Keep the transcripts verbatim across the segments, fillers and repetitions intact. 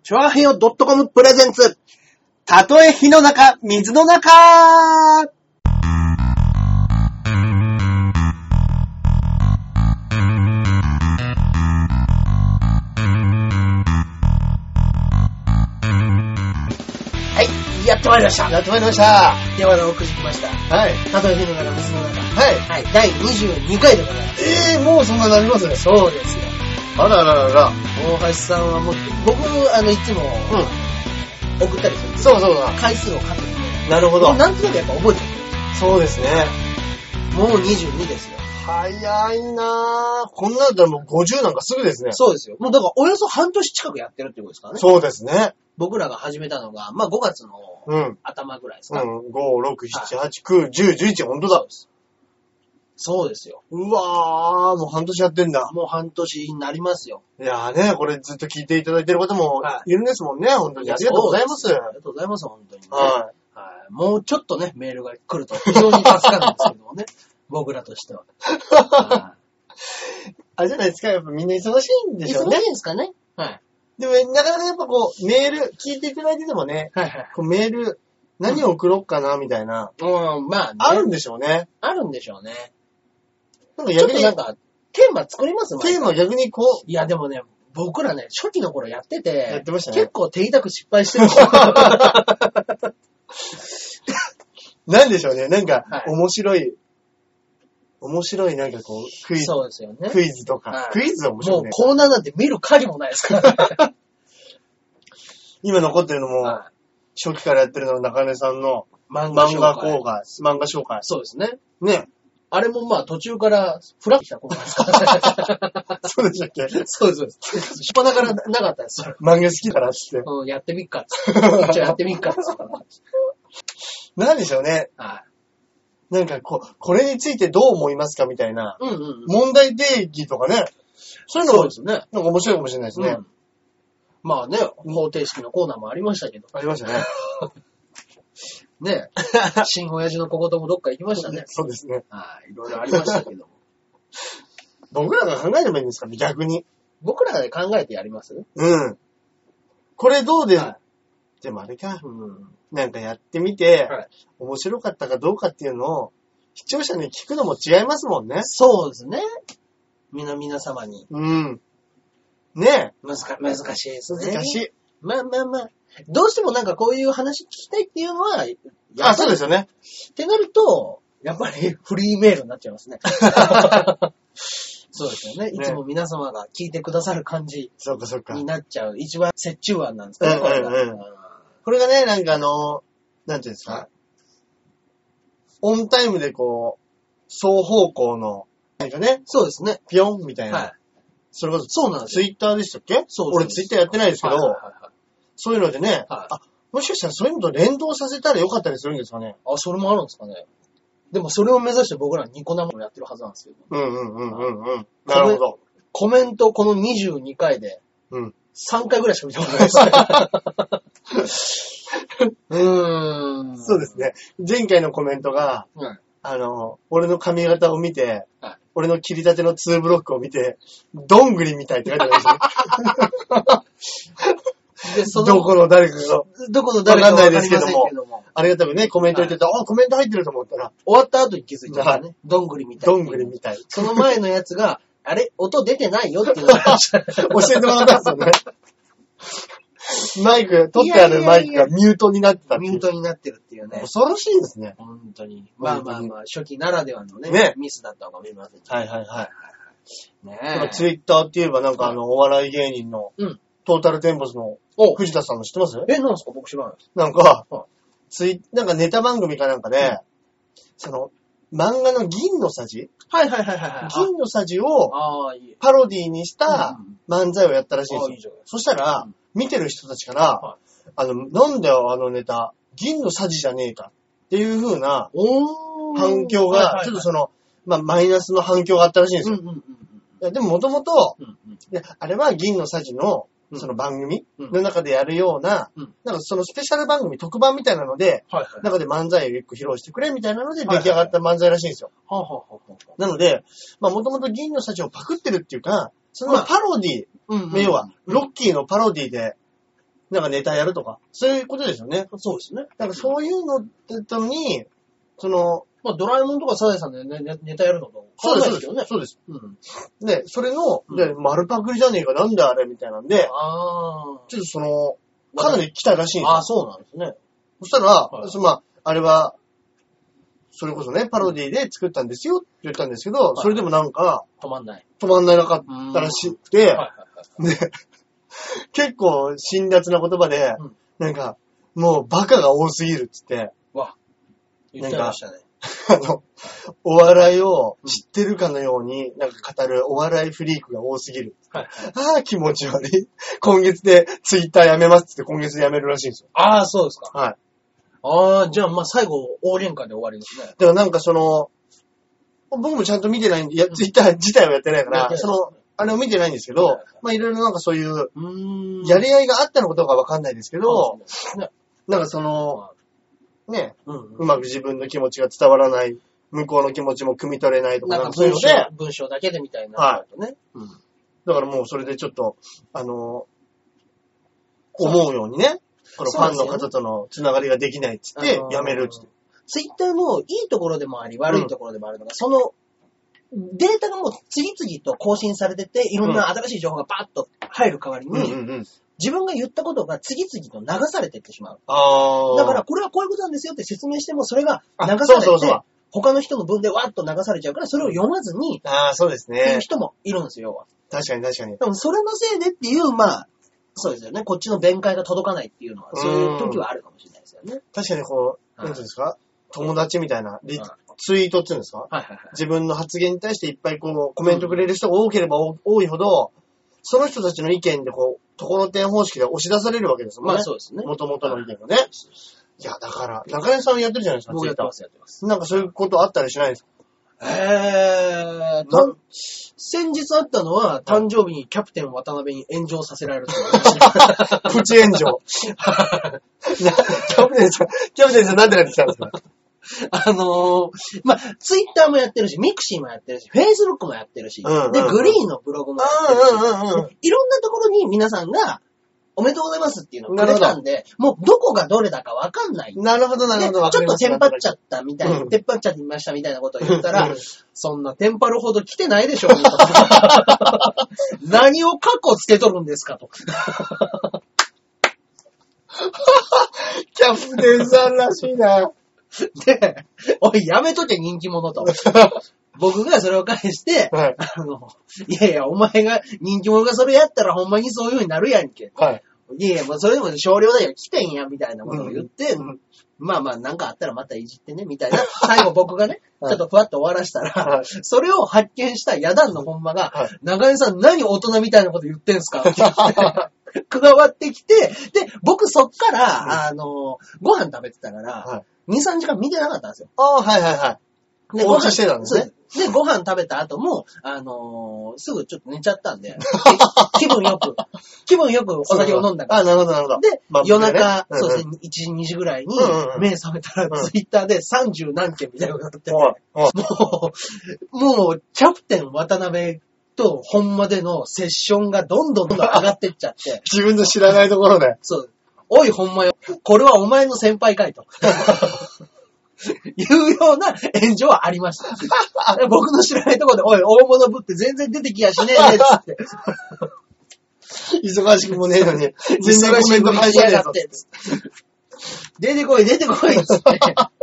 チョアヘヨ .com プレゼンツ。たとえ火の中、水の中。はい、やってまいりました。 やってまいりました。 電話が送り来ました。 はい。 たとえ火の中、水の中。 はい。 はい、だいにじゅうにかいでございます。 えー、もうそんなになりますね。 そうですよ。 あらららら。 大橋さんはもう、僕、あの、いつも、うん、送ったりするんですそうそうだ。 回数を書く。 なるほど。 もうなんとなくやっぱ覚えてる。 そうですね。 もうにじゅうにですよ。 早いなぁ。こんなだったらもうごじゅうなんかすぐですね。 そうですよ。もうだからおよそ半年近くやってるってことですからね。 そうですね。 僕らが始めたのが、まあごがつの頭ぐらいですか。 うん。ご、ろく、しち、はち、きゅう、じゅう、じゅういち、ほんとだ。 そうですよ。 うわー、もう半年やってんだ。 もう半年になりますよ。 いやーね、これずっと聞いていただいてる方もいるんですもんね、はい、本当に。ありがとうございます。 ありがとうございます、本当に、ね。 はい。 はい。もうちょっとね、メールが来ると非常に助かるんですけどもね。僕らとしては。はい、 あれじゃないですか、やっぱみんな忙しいんでしょうね。 忙しいんですかね。はい。 でも、なかなかやっぱこう、メール、聞いていただいててもね、 はいはい。 こうメール、何を送ろうかな、みたいな。 うん、まあ、ね、 あるんでしょうね。 あるんでしょうね。 なんか逆に、 なんか、テーマ作りますもんね。 テーマ逆にこう。 いや、でもね、僕らね、初期の頃やってて、 やってましたね。 結構手痛く失敗してるんですよ。 なんでしょうね。なんか、 はい、 面白い、面白いなんかこう、クイズ。 そうですよね。 クイズとか。はい、クイズは面白いね。 もうコーナーなんて見る限りもないですから、ね。 今残ってるのも、はい、初期からやってるのは中根さんの漫画公開、漫画紹介。 そうですね。 ね。 あれもまあ途中からフラッとしたコーナーですからね。 そうでしたっけ？ そうです、そうです。しっぱなからなかったですよ。 漫画好きだなって。 うん、やってみっかって。じゃあやってみっかって。 なんでしょうね。はい。なんかこう、これについてどう思いますかみたいな。うんうんうん。問題定義とかね。そういうのもですね。なんか面白いかもしれないですね。うん、 まあね、方程式のコーナーもありましたけど。 ありましたね。 ねえ。新親父の小言もどっか行きましたね。 そうですね。 はい。いろいろありましたけども。 僕らが考えればいいんですかね、逆に。 僕らで考えてやりますうん。これどうです、はい、でもあれか。うん。なんかやってみて、はい、面白かったかどうかっていうのを、視聴者に聞くのも違いますもんね。 そうですね。みな、皆様に。 うん。ねえ。 難か、難しいですね。 難しい。 まあまあまあ。どうしてもなんかこういう話聞きたいっていうのは、 あ、そうですよね。 ってなると、やっぱりフリーメールになっちゃいますね。そうですよね。いつも皆様が聞いてくださる感じになっちゃう。一番折衷案なんですけどね、これが、うんうんうん。 これがね、なんかあの、なんていうんですか。オンタイムでこう、双方向の、なんかね。 そうですね。 ピョンみたいな。はい。それこそ、そうなんですよ。ツイッターでしたっけ？そう俺ツイッターやってないですけど、はいはいはいはい、そういうのでね、はい、あ、もしかしたらそういうのと連動させたらよかったりするんですかね。 あ、それもあるんですかね。でもそれを目指して僕らニコ生もやってるはずなんですけど。 うんうんうんうんうん。なるほど。 コメントこのにじゅうにかいで、さんかいぐらいしか見たことないです。うーん。 そうですね。前回のコメントが、うん、あの、俺の髪型を見て、はい、俺の切り立てのツーブロックを見て、どんぐりみたいって書いてありましたね。でそのどこの誰かが。 どこの誰かがわかんないですけども。ありがたくね、コメント言ってた、はい、あ、コメント入ってると思ったら。 終わった後に気づいちゃったね。はい、どんぐりみたい。 どんぐりみたい。 その前のやつが、あれ音出てないよっていうのを教えてもらったんですよね。マイク、取ってあるマイクがミュートになってたっていう。 ミュートになってるっていうね。 恐ろしいですね。 本当に。まあまあまあ、初期ならではのね、ねミスだったのかもしれません。 はいはいはい。ねえ。ツイッターって言えばなんかあの、お笑い芸人の、うん、トータルテンボスの藤田さんの知ってます？ え、なんですか？僕知らないです。 なんか、はい、ツイなんかネタ番組かなんかで、うん、その、漫画の銀のさじはいはいはいはい。 銀のさじをパロディにした漫才をやったらしいんですよ。そしたら、見てる人たちから、はい、あの、なんだよあのネタ、銀のさじじゃねえかっていう風な反響が、ちょっとその、まあ、マイナスの反響があったらしいんですよ。うんうんうん、いやでももともと、あれは銀のさじの、その番組の中でやるような、うん、なんかそのスペシャル番組特番みたいなので、はいはい、中で漫才を一個披露してくれみたいなので出来上がった漫才らしいんですよ。はいはいはい、なので、まあもともと銀のさじをパクってるっていうか、そのパロディ、まあ、要はロッキーのパロディでなんかネタやるとか、そういうことですよね。 そうですね。 なんかそういうのってたのに、その、 まあ、ドラえもんとかサザエさんで、ね、ネタやるのと変わらないですよね。 そうです。そうです。うん。で、それの、で、丸パクリじゃねえか、なんだあれみたいなんで、あちょっとその、かなり来たらしいんですよ。 ああ、そうなんですね。 そしたら、はい、そまあ、あれは、それこそね、パロディで作ったんですよって言ったんですけど、はい、それでもなんか、 止まんない。 止まんなかったらしくて、はいはいはい、で、結構辛辣な言葉で、うん、なんか、もうバカが多すぎるっつって、わ、 言ってましたね。 あの、お笑いを知ってるかのように、なんか語るお笑いフリークが多すぎる。はい、ああ、気持ち悪い。今月でツイッターやめますって今月でやめるらしいんですよ。 ああ、そうですか。 はい。 ああ、じゃあまあ最後、大喧嘩で終わりですね。 だからなんかその、僕もちゃんと見てないんで、いや、ツイッター自体はやってないから、その、あれを見てないんですけど、はいはいはい、まあいろいろなんかそういう、うやり合いがあったのかどうかわかんないですけど、ね、なんかその、ね、うんうん、うまく自分の気持ちが伝わらない、向こうの気持ちも汲み取れないとか、 なんかそういうので、文章だけでみたいな、ね。はい、 うん。だからもうそれでちょっと、あの、思うようにね、このファンの方とのつながりができないっつって、やめるっつって。 ツイッターのいいところでもあり、悪いところでもあるのが、うん、その、データがもう次々と更新されてて、いろんな新しい情報がバーッと入る代わりに、うんうんうん、自分が言ったことが次々と流されていってしまう。あだからこれはこういうことなんですよって説明しても、それが流されて、そうそうそう他の人の文でわーっと流されちゃうから、それを読まずに、 ああ、そうですね。 っていう人もいるんですよ、要は。 確かに確かに。 でもそれのせいでっていう、まあ、そうですよね。こっちの弁解が届かないっていうのは、そういう時はあるかもしれないですよね。 確かにこう、なんていうんですか、友達みたいな、リツイートっていうんですか、はいはいはい、自分の発言に対していっぱいこうコメントくれる人が多ければ多いほど、その人たちの意見でこう、ところてん方式で押し出されるわけですもんね。 まあそうですね。 元々の意見がね。いや、だから、中根さんやってるじゃないですか。 僕やってます、やってます。 なんかそういうことあったりしないですか？ えー、先日あったのは、誕生日にキャプテン渡辺に炎上させられるというプチ炎上。キャプテンさん、キャプテンさんなんでやってきたんですか？ あのー、まあ、ツイッターもやってるし、ミクシーもやってるし、フェイスブックもやってるし、うんうんうん、で、グリーンのブログもやってるし、うんうんうん、いろんなところに皆さんが、おめでとうございますっていうのをくれたんで、もうどこがどれだかわかんない。 なるほど、なるほど。 ちょっとテンパっちゃったみたいな、うん、テンパっちゃってみましたみたいなことを言ったら、そんなテンパるほど来てないでしょう、何をカッコつけとるんですかと。 キャプテンさんらしいな。 で、おい、やめとけ人気者と。僕がそれを返して、はい、あの、いやいや、お前が、人気者がそれやったらほんまにそういう風になるやんけ。はい。いやいや、もうそれでも少量だよ、来てんや、みたいなことを言って、うん、まあまあ、なんかあったらまたいじってね、みたいな。最後僕がね、はい、ちょっとふわっと終わらしたら、はい、それを発見したヤダンのほんまが、はい、中根さん何大人みたいなこと言ってんすかって言って加わってきて、で、僕そっから、うん、あの、ご飯食べてたから、はい、に、さんじかん見てなかったんですよ。 ああ、はいはいはい。で、ご飯してたんですね。 で、ご飯食べた後も、あのー、すぐちょっと寝ちゃったんで、気分よく、気分よくお酒を飲んだから。 あ、なるほど、なるほど。 で、まあ、夜中、うんうん、そうですね、いちじ、にじぐらいに、目覚めたら、ツイッターでさんじゅうなんけんみたいなのがあってて、もう、もう、キャプテン渡辺と本間でのセッションがどんどんどんどん上がってっちゃって。 自分の知らないところで。 そう。おい、本間よ。これはお前の先輩かいと。いうような炎上はありました。僕の知らないところで、おい、大物ぶって全然出てきやしねえね、つって。 忙しくもねえのに、全然コメント返さねえぞって。 出てこい、出てこい、つって。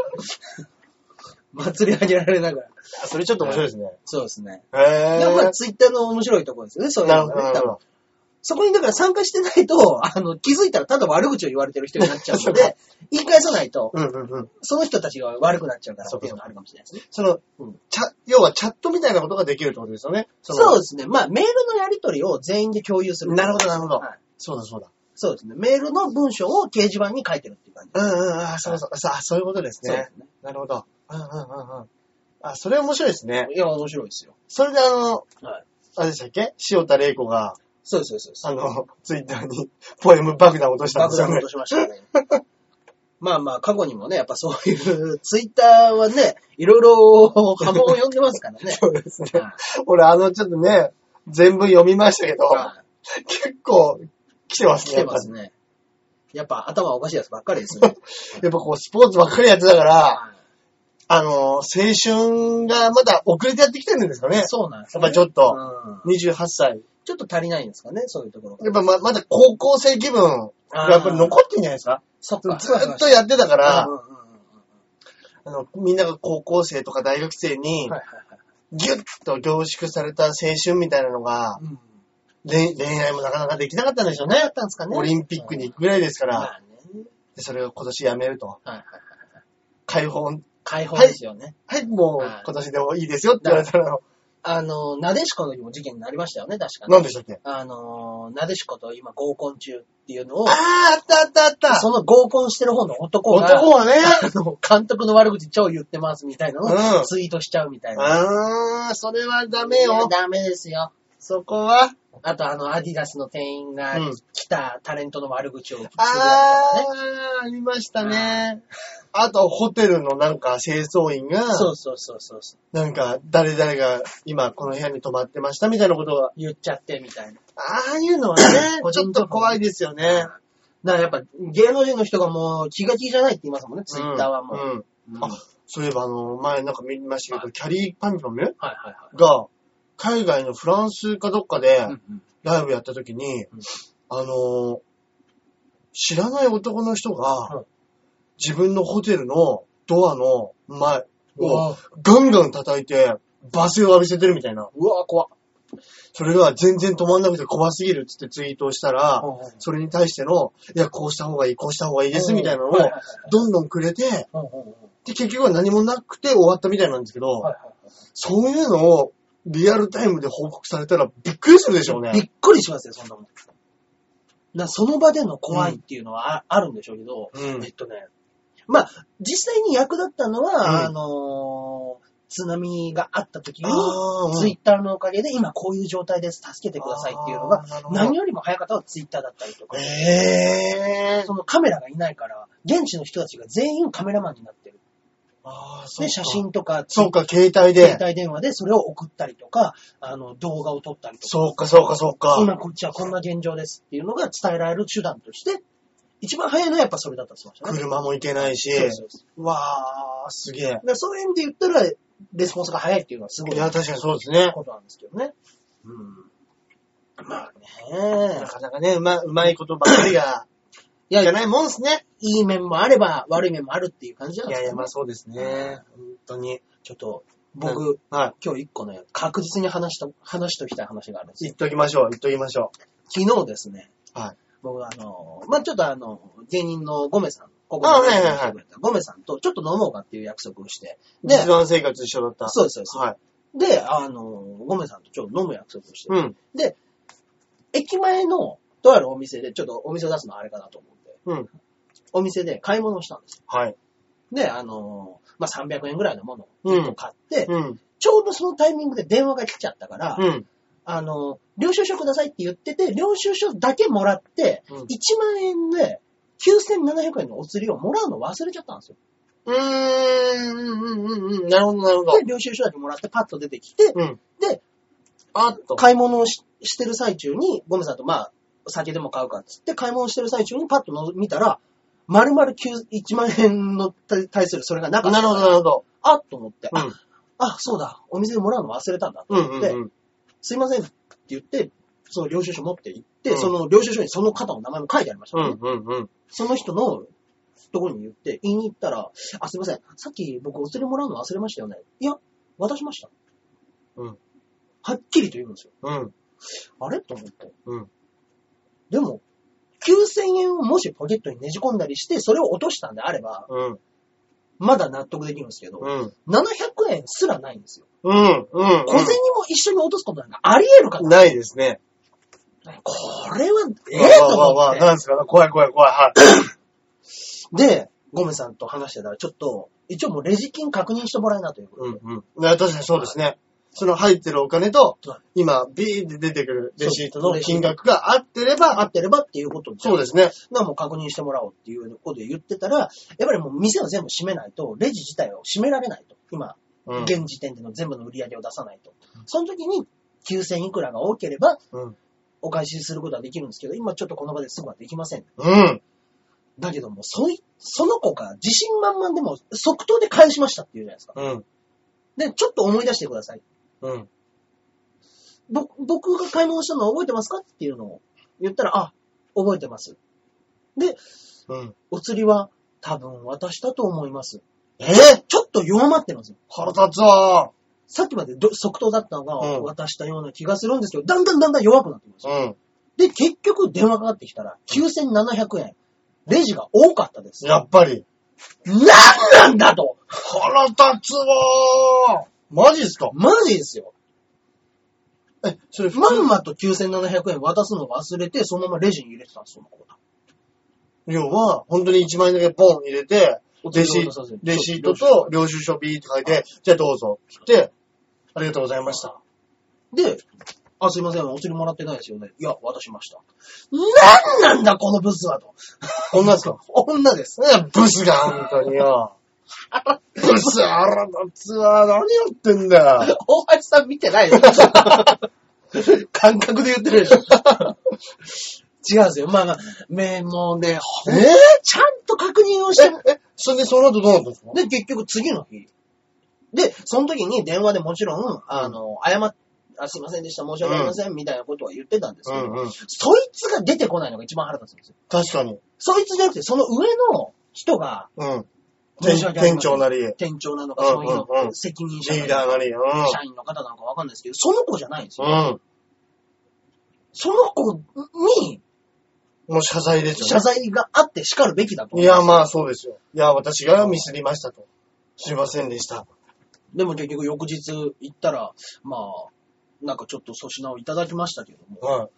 祭り上げられながら。 それちょっと面白いですね。 そうですね。へー。でもまあ、ツイッターの面白いところですよね、そういうのがね。なるほど。そこにだから参加してないと、あの、気づいたらただ悪口を言われてる人になっちゃうので、言い返さないと、うんうんうん、その人たちが悪くなっちゃうからっていうのがあるかもしれないですね。 その、うん、チャ、要はチャットみたいなことができるってことですよね。 そそうですね。まあ、メールのやり取りを全員で共有する。 なるほど、なるほど。はい、そうだ、そうだ。 そうですね。メールの文章を掲示板に書いてるっていう感じ。 うんうん、あ、そうそう。さあ、そういうことですね。そうですね。なるほど。うんうんうんうん。あ、それ面白いですね。 いや、面白いですよ。 それであの、はい、あれでしたっけ？塩田玲子が、 そうです、そうです。 あの、ツイッターにポエム爆弾落としたんですよね。 爆弾落としましたね。まあまあ、過去にもね、やっぱそういうツイッターはね、いろいろ波紋を呼んでますからね。 そうですね。はい、俺あの、ちょっとね、全部読みましたけど、はい、結構来てますね。 来てますね。 やっぱ頭おかしいやつばっかりですね。 やっぱこう、スポーツばっかりやってたから、あの、青春がまだ遅れてやってきてるんですかね。 そうなんですね。やっぱちょっと、うん、にじゅうはっさい。 ちょっと足りないんですかね、そういうところ。 やっぱま、まだ高校生気分、やっぱり残ってんじゃないですか。 そっか。 ずっとやってたから、あの、みんなが高校生とか大学生に、ギュッと凝縮された青春みたいなのが、うん、恋愛もなかなかできなかったんでしょうね。 だったんですかね。 オリンピックに行くぐらいですから。まあね、でそれを今年やめると。はいはいはい、解放。 解放ですよね。 はい、はい、もう今年でもいいですよって言われたら。 あの、なでしこの時も事件になりましたよね、確かに。 何でしたっけ？ あの、なでしこと今合コン中っていうのを。 ああ、あったあったあった。 その合コンしてる方の男が。 男はね。 あの、監督の悪口超言ってますみたいなのをツイートしちゃうみたいな。うん、 ああ、それはダメよ。 ダメですよ。 そこは。 あとあの、アディダスの店員が来たタレントの悪口を、ね。 ああ、ありましたね。あと、ホテルのなんか清掃員が、 そうそうそうそう。 なんか、誰々が今この部屋に泊まってましたみたいなことが言っちゃってみたいな。 ああいうのはね、ちょっと怖いですよね。だからやっぱ芸能人の人がもう気が気じゃないって言いますもんね、ツイッターはもう。うんうん、あ、そういえばあの、前なんか見ましたけど、はい、キャリーパンパム、はいはいはい、 が、海外のフランスかどっかでライブやった時に、うんうん、あの、知らない男の人が、うん、自分のホテルのドアの前をガンガン叩いて罵声を浴びせてるみたいな。 うわぁ、怖っ。 それが全然止まんなくて怖すぎるっつってツイートをしたら、うんうん、それに対しての、いや、こうした方がいい、こうした方がいいですみたいなのをどんどんくれて、うんうんうん、で、結局は何もなくて終わったみたいなんですけど、はいはいはい、そういうのをリアルタイムで報告されたらびっくりするでしょうね。 びっくりしますよ、そんなもん。だその場での怖いっていうのは あ,、うん、あるんでしょうけど、うん、えっとね、まあ、実際に役立ったのは、うん、あのー、津波があった時に、ツイッターのおかげで今こういう状態です、助けてくださいっていうのが、何よりも早かったのはツイッターだったりとか。 へー。 そのカメラがいないから、現地の人たちが全員カメラマンになってる。 あそうで、写真とか、 そうか、携帯で。 携帯電話でそれを送ったりとか、あの、動画を撮ったりとか。 そうか、そうか、そうか。 今こっちはこんな現状ですっていうのが伝えられる手段として、一番早いのはやっぱそれだったんですよね。 車も行けないし。そうそうそう。わー、すげえ。 そういう意味で言ったら、レスポンスが早いっていうのはすごい。 いや、確かにそうですね。 ことなんですけどね。うん。まあね。 なかなかね、うま、うまいことばっかりが、いや、じゃないもんですね。 いい面もあれば、悪い面もあるっていう感じなんですかね。 いやいや、まあそうですね。本当に。 ちょっと、僕、はい、今日一個ね、確実に話しと、話しときたい話があるんですよ。 言っときましょう、言っときましょう。 昨日ですね。 はい。 僕あの、まあ、ちょっとあの、芸人のゴメさん、ここで、はいはいはい、 ゴメさんとちょっと飲もうかっていう約束をして。 で、実弾生活一緒だった。 そうです、そうです。はい。で、あの、ゴメさんとちょっと飲む約束をして。うん。で、駅前の、とあるお店で、ちょっとお店を出すのはあれかなと思って。うん。お店で買い物をしたんですよ。 はい。 で、あの、まあ、さんびゃくえんぐらいのものを買って、うん、ちょうどそのタイミングで電話が来ちゃったから、うん、あの、領収書くださいって言ってて、領収書だけもらって、うん、いちまんえんできゅうせんななひゃくえんのお釣りをもらうの忘れちゃったんですよ。 うーん、うん、うん、うん、なるほど、なるほど。 で、領収書だけもらってパッと出てきて、うん、で、 あっと。 買い物を し, してる最中に、ゴメさんとまあ、酒でも買うかっつって、買い物してる最中にパッとの見たら、丸々いちまんえんの対するそれがなかった。 なるほど、なるほど。 あっと思って、うん、あ、あ、そうだ、お店でもらうの忘れたんだと思って、うんうんうん、すいませんって言って、その領収書持って行って、うん、その領収書にその方の名前も書いてありましたね、うんうんうん。その人のところに言って、言いに行ったら、あ、すいません、さっき僕お釣りもらうの忘れましたよね。いや、渡しました。うん。はっきりと言うんですよ。うん。あれと思って。うん。でも、きゅうせんえんをもしポケットにねじ込んだりして、それを落としたんであれば、うん、まだ納得できるんですけど、うん、ななひゃくえんすらないんですよ。うん、うん。小銭も一緒に落とすことなんかあり得るかな？ ないですね。 これは、ええー、と思って。わわわなんですか？怖い怖い怖い。はい。 で、ゴメさんと話してたら、ちょっと、一応もうレジ金確認してもらえなということで。 うんうん。確かにそうですね。はい、その入ってるお金と、今、ビーって出てくるレシートの金額が合ってれば、 合ってればっていうことで。 そうですね。 がもう確認してもらおうっていうことで言ってたら、やっぱりもう店を全部閉めないと、レジ自体を閉められないと。今、うん、現時点での全部の売り上げを出さないと。その時に、きゅうせんいくらが多ければ、うん、お返しすることはできるんですけど、今ちょっとこの場ですぐはできません。 うん。 だけども、そい、その子が自信満々でも即答で返しましたって言うじゃないですか。うん。で、ちょっと思い出してください。うん。ぼ、僕が買い物したの覚えてますかっていうのを言ったら、あ、覚えてます。で、うん、お釣りは多分渡したと思います。えー、ちょっと弱まってるんですよ。 腹立つわー。 さっきまでど即答だったのが渡したような気がするんですけど、うん、だんだんだんだん弱くなってますよ。うん、で、結局電話かかってきたらきゅうせんななひゃくえん。レジが多かったです。 やっぱり。 なんなんだと腹立つわー。マジですか？ マジですよ。え、それまんまときゅうせんななひゃくえん渡すの忘れて、そのままレジに入れてたんですよ、その子が。 要は、本当にいちまん円だけポン入れて、レシレシートと領収書ビーって書いて、じゃあどうぞって、ありがとうございました。 で、あ、すいません、お釣りもらってないですよね。いや、渡しました。なんなんだ、このブスはと。 女ですか？ 女です。 いや、ブスが、本当によ。ブス、あら立つわ、何やってんだよ。 大橋さん見てないよ。感覚で言ってるでしょ。違うんですよ。まあまあ、めもうね、えー、ちゃんと確認をして。 え、え、それでその後どうなったんですか？ で、結局次の日。で、その時に電話でもちろん、あの、謝っ、あ、すいませんでした、申し訳ありません、うん、みたいなことは言ってたんですけど、うんうん、そいつが出てこないのが一番腹立つんですよ。 確かに。 そいつじゃなくて、その上の人が、うん、 店長なり。 店長なのか、そういうの、うんうん、責任者なリーダーなり、うん、 社員の方なのかわかんないですけど、その子じゃないんですよ。うん、その子に、 もう謝罪ですよね。 謝罪があって叱るべきだと思う。 いや、まあそうですよ。いや、私がミスりましたと。すいませんでした。 でも結局翌日行ったら、まあ、なんかちょっと粗品をいただきましたけども。はい。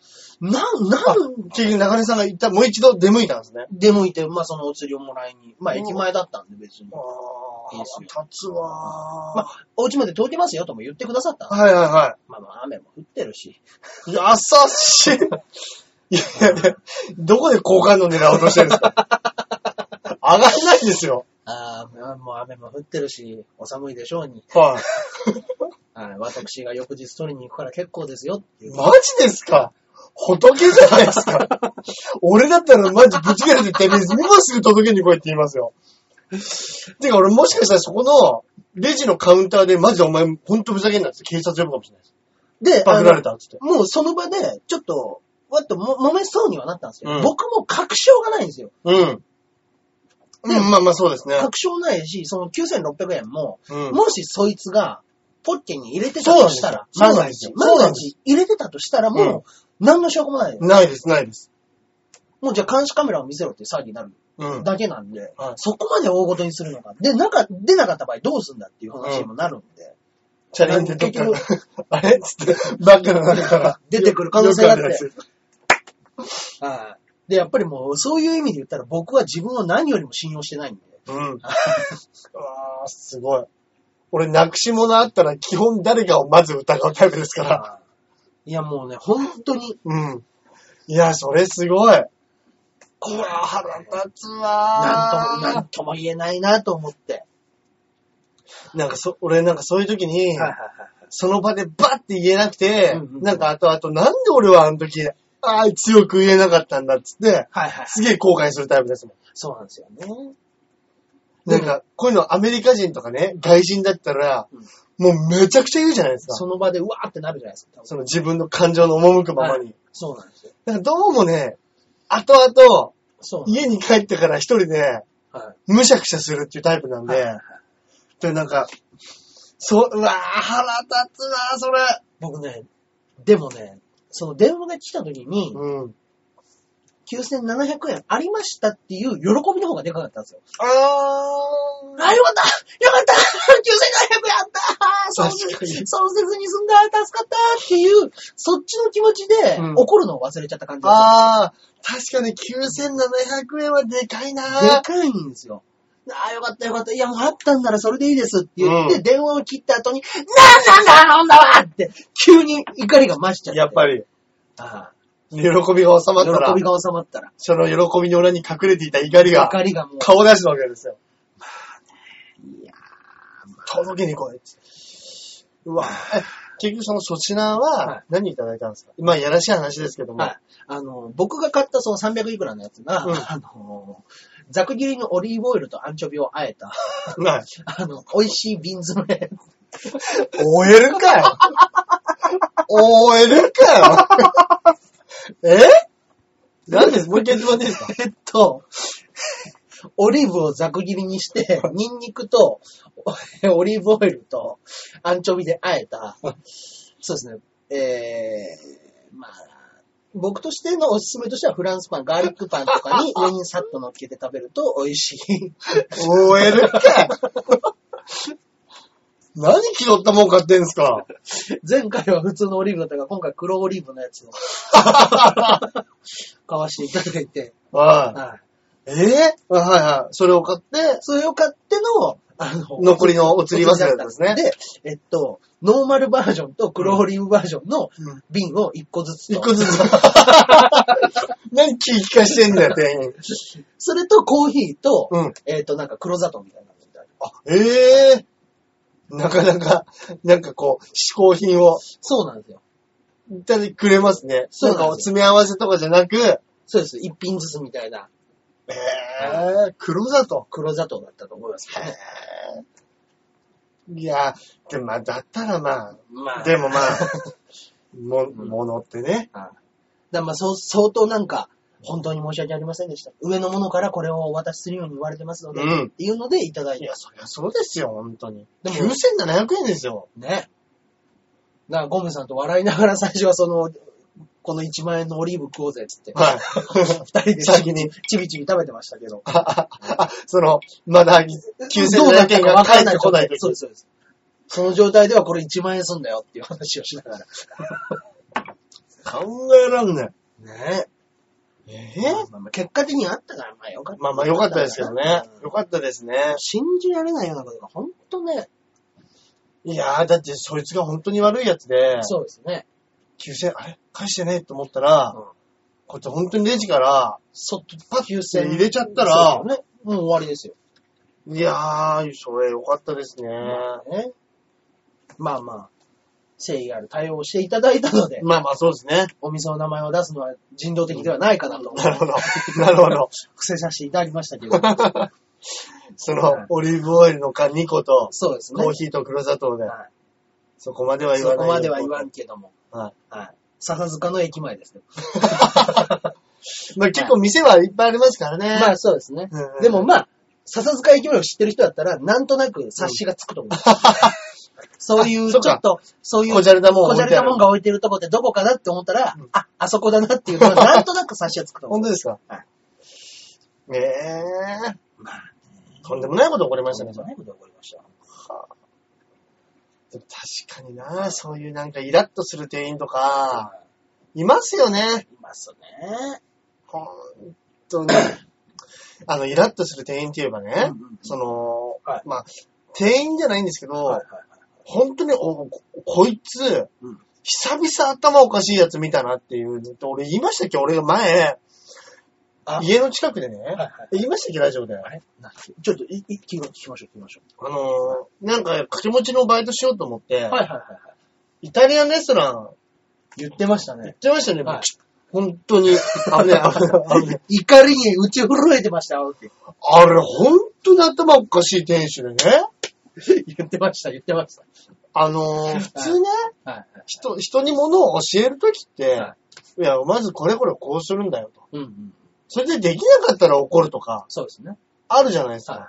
なん、なん、 結局中根さんが行った、もう一度出向いたんですね。 出向いて、まあそのお釣りをもらいに。まあ駅前だったんで別に。ああ、いいですよ。立つわー。 まあ、お家まで届けますよとも言ってくださったんです。はいはいはい。 まあまあ雨も降ってるし。 優しい。いやいや、どこで好感度狙おうとしてるんですか？上がらないですよ。 ああ、もう雨も降ってるし、お寒いでしょうに。 はい。 はい、私が翌日取りに行くから結構ですよっていう。 マジですか？仏じゃないですか。俺だったらマジぶち切れてて、今すぐ届けに来いって言いますよ。てか俺もしかしたらそこのレジのカウンターでマジでお前ほんとふざけんなって警察呼ぶかもしれないです。で、パクられたっつって。 もうその場でちょっと、わっとも揉めそうにはなったんですよ。うん、僕も確証がないんですよ。 うん。うん、まあまあそうですね。 確証ないし、そのきゅうせんろっぴゃくえんも、うん、もしそいつがポッケに入れてたとしたら、 そうなんですよ。 万が一入れてたとしたらもう、何の証拠もないです。 ないです、ないです。 もうじゃあ監視カメラを見せろっていう騒ぎになるだけなんで、うん、そこまで大ごとにするのか。で、なんか出なかった場合どうすんだっていう話にもなるんで。うん、 チャレンジ結局、あれつって、バッグの中から出てくる可能性があって。はい。で、やっぱりもう、そういう意味で言ったら僕は自分を何よりも信用してないんで。うん。 ああ、すごい。俺、なくし物あったら基本誰かをまず疑うタイプですから。 いや、もうね、本当に。 うん。いや、それすごい。うわぁ、腹立つわー。 なんとも、なんとも言えないなと思って。 なんかそ、俺なんかそういう時に、はいはいはい、その場でバッて言えなくて、うんうん、なんか後々なんで俺はあの時、ああ、強く言えなかったんだっつって、はいはい、すげえ後悔するタイプですもん。 そうなんですよね。 なんか、こういうのアメリカ人とかね、外人だったら、うん、もうめちゃくちゃ言うじゃないですか。 その場でうわーってなるじゃないですか。 その自分の感情の赴くままに。はい、 そうなんですよ。 なんかどうもね、後々、家に帰ってから一人で、むしゃくしゃするっていうタイプなんで、はいはいはい、で、なんか、そう、うわー、腹立つわー、それ。 僕ね、でもね、その電話が来た時に、うん、きゅうせんななひゃくえんありましたっていう喜びの方がでかかったんですよ。 あー。 あ、よかったよかった !きゅうせんななひゃくえんあったそうせずに済んだ助かったっていう、そっちの気持ちで、うん、怒るのを忘れちゃった感じです。 あー、確かにきゅうせんななひゃくえんはでかいなー。 でかいんですよ。ああ、よかったよかった。いや、もうあったんならそれでいいですって言って、うん、電話を切った後に、なんなんだあの女はって、急に怒りが増しちゃって。 やっぱり。ああ、喜びが収まったら。 喜びが収まったら。 その喜びの裏に隠れていた怒りが、 怒りがもう顔出しなわけですよ。 まあね。いやー、 まあ、届けに来い。うわえ、 結局その粗品は何いただいたんですか？まあ、やらしい話ですけども。はい。 あの、僕が買ったそのさんびゃくいくらのやつが、うん、あの、ざく切りのオリーブオイルとアンチョビを和えた、はい。あの、美味しい瓶詰め。 オーエル かよオーエル かよえ何ですもう一回言ってもらっていいですか？ えっと、オリーブをざく切りにして、ニンニクとオリーブオイルとアンチョビで和えた、そうですね、えー、まあ、僕としてのおすすめとしてはフランスパン、ガーリックパンとかに上にサッと乗っけて食べると美味しい。 オーエル か何気取ったもん買ってんすか？ 前回は普通のオリーブだったから、今回黒オリーブのやつを買わせていただいて。 はい。はいええー、はいはい。それを買って、 それを買っての、あの、 残りのお釣り忘れたんですね。 で、えっと、ノーマルバージョンと黒オリーブバージョンの瓶を一個ずつ。 一個ずつ。何気利かしてんだよ、店員。 それとコーヒーと、うん、えっと、なんか黒砂糖みたいなのみたいな。 あ、ええー、なかなか、なんかこう、嗜好品を。 そうなんですよ。 いただくれますね。そうなんか詰め合わせとかじゃなく。 そうです。一品ずつみたいな。 えぇ、ー、黒砂糖黒砂糖だったと思いますけどね。 いや、でもまあ、だったらまあ、まあ、でもまあ、も、ものってね。 ああだまあ、そう、相当なんか、本当に申し訳ありませんでした。上の者からこれをお渡しするように言われてますので、うん、っていうのでいただいて。 いや、そりゃそうですよ、本当に。でもきゅうせんななひゃくえんですよ。 ね。だからゴムさんと笑いながら最初はその、このいちまん円のオリーブ食おうぜっつって。はい。二人で先にちびちび食べてましたけど。 あ、あ、その、まだきゅうせんななひゃくえんが返ってこない時。 そうです、そうです。その状態ではこれいちまん円すんだよっていう話をしながら。 考えらんない。 ねえ。えーまあまあ、結果的にあったから、まあよかった。 まあまあよかったですけどね。よかったですね。 信じられないようなことがほんとね。 いやー、だってそいつが本当に悪いやつで。 そうですね。 きゅうせん、あれ返してねと思ったら、うん、こうやって本当にレジから、 そっとパッきゅうせん入れちゃったら、 ね、もう終わりですよ。 いやー、それよかったですね。 まあね。まあまあ、誠意ある対応をしていただいたので、 まあまあそうですね。 お店の名前を出すのは人道的ではないかなと思って、 なるほど。なるほど。 伏せさせていただきましたけど。 その、はい、オリーブオイルの缶にこと、 そうですね。 コーヒーと黒砂糖で、はい、そこまでは言わない。 そこまでは言わんけども。はい。はい。笹塚の駅前ですけど。 まあ結構店はいっぱいありますからね。 まあそうですね。うん、でもまあ、笹塚駅前を知ってる人だったら、なんとなく察しがつくと思う。うん、そういう、ちょっと、そういう、 こじゃれたもんこじゃれたもんが置いてるとこってどこかなって思ったら、うん、あ、あそこだなっていうのは、なんとなく察しがつくと思う。 本当ですか？はい。ねえ。まあ、とんでもないこと起こりましたね。 とんでもないこと起こりました。はあ、 でも確かにな、そういうなんかイラッとする店員とか、いますよね。 いますね。 ほんとに。あの、イラッとする店員って言えばね、うんうん、その、はい、まあ、店員じゃないんですけど、はいはいはい、本当におこ、こいつ、うん、久々頭おかしいやつ見たなっていう、俺言いましたっけ？俺が前、家の近くでね、はいはい、言いましたっけラジオで。あれちょっとい、い、聞きましょう、聞きましょう。 あのー、なんか、掛け持ちのバイトしようと思って、はいはいはいはい、イタリアンレストラン、 言ってましたね。 言ってましたね。はい、本当に、あのね、あのね、怒りに打ち震えてましたよって。 あれ、本当に頭おかしい店主でね。 言ってました、言ってました。 あのー、普通ね、はいはいはい、人、人に物を教えるときって、はい、いや、まずこれこれこうするんだよと。うんうん、それでできなかったら怒るとか。 そうですね。 あるじゃないですか。はい、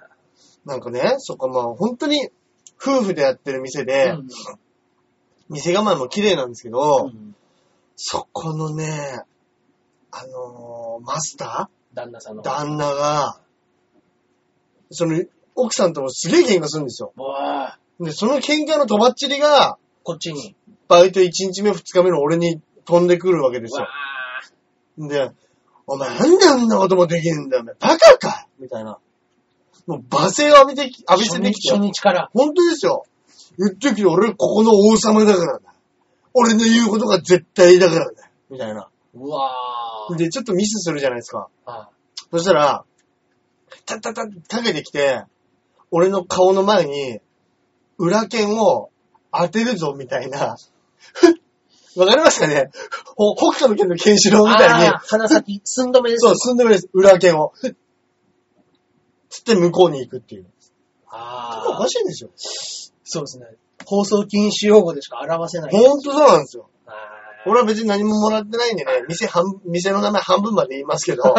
なんかね、そこまあ本当に夫婦でやってる店で、うんうん、店構えも綺麗なんですけど、うん、そこのね、あのー、マスター旦那さんの。 旦那が、その、奥さんともすげえ喧嘩するんですよ。で、その喧嘩のとばっちりが、 こっちに。 バイトいちにちめふつかめの俺に飛んでくるわけですよ。で、お前なんであんなこともできるんだよ、お前バカかみたいな。もう罵声を浴びてき、浴びせてきて。 初日から。 本当ですよ。言ってるけど俺ここの王様だからだ。俺の言うことが絶対だからだ。みたいな。 うわー。 で、ちょっとミスするじゃないですか。ああそしたら、たったたってかけてきて、俺の顔の前に、裏剣を当てるぞみたいなわかりますかね？ほ北斗の拳のケンシロウみたいに。 鼻先、寸止めです。 そう、寸止めです。裏剣を。つって向こうに行くっていう。 ああ。 おかしいんですよ。 そうですね。放送禁止用語でしか表せない。 ほんとそうなんですよ。俺は別に何ももらってないんでね、店半、店の名前半分まで言いますけど。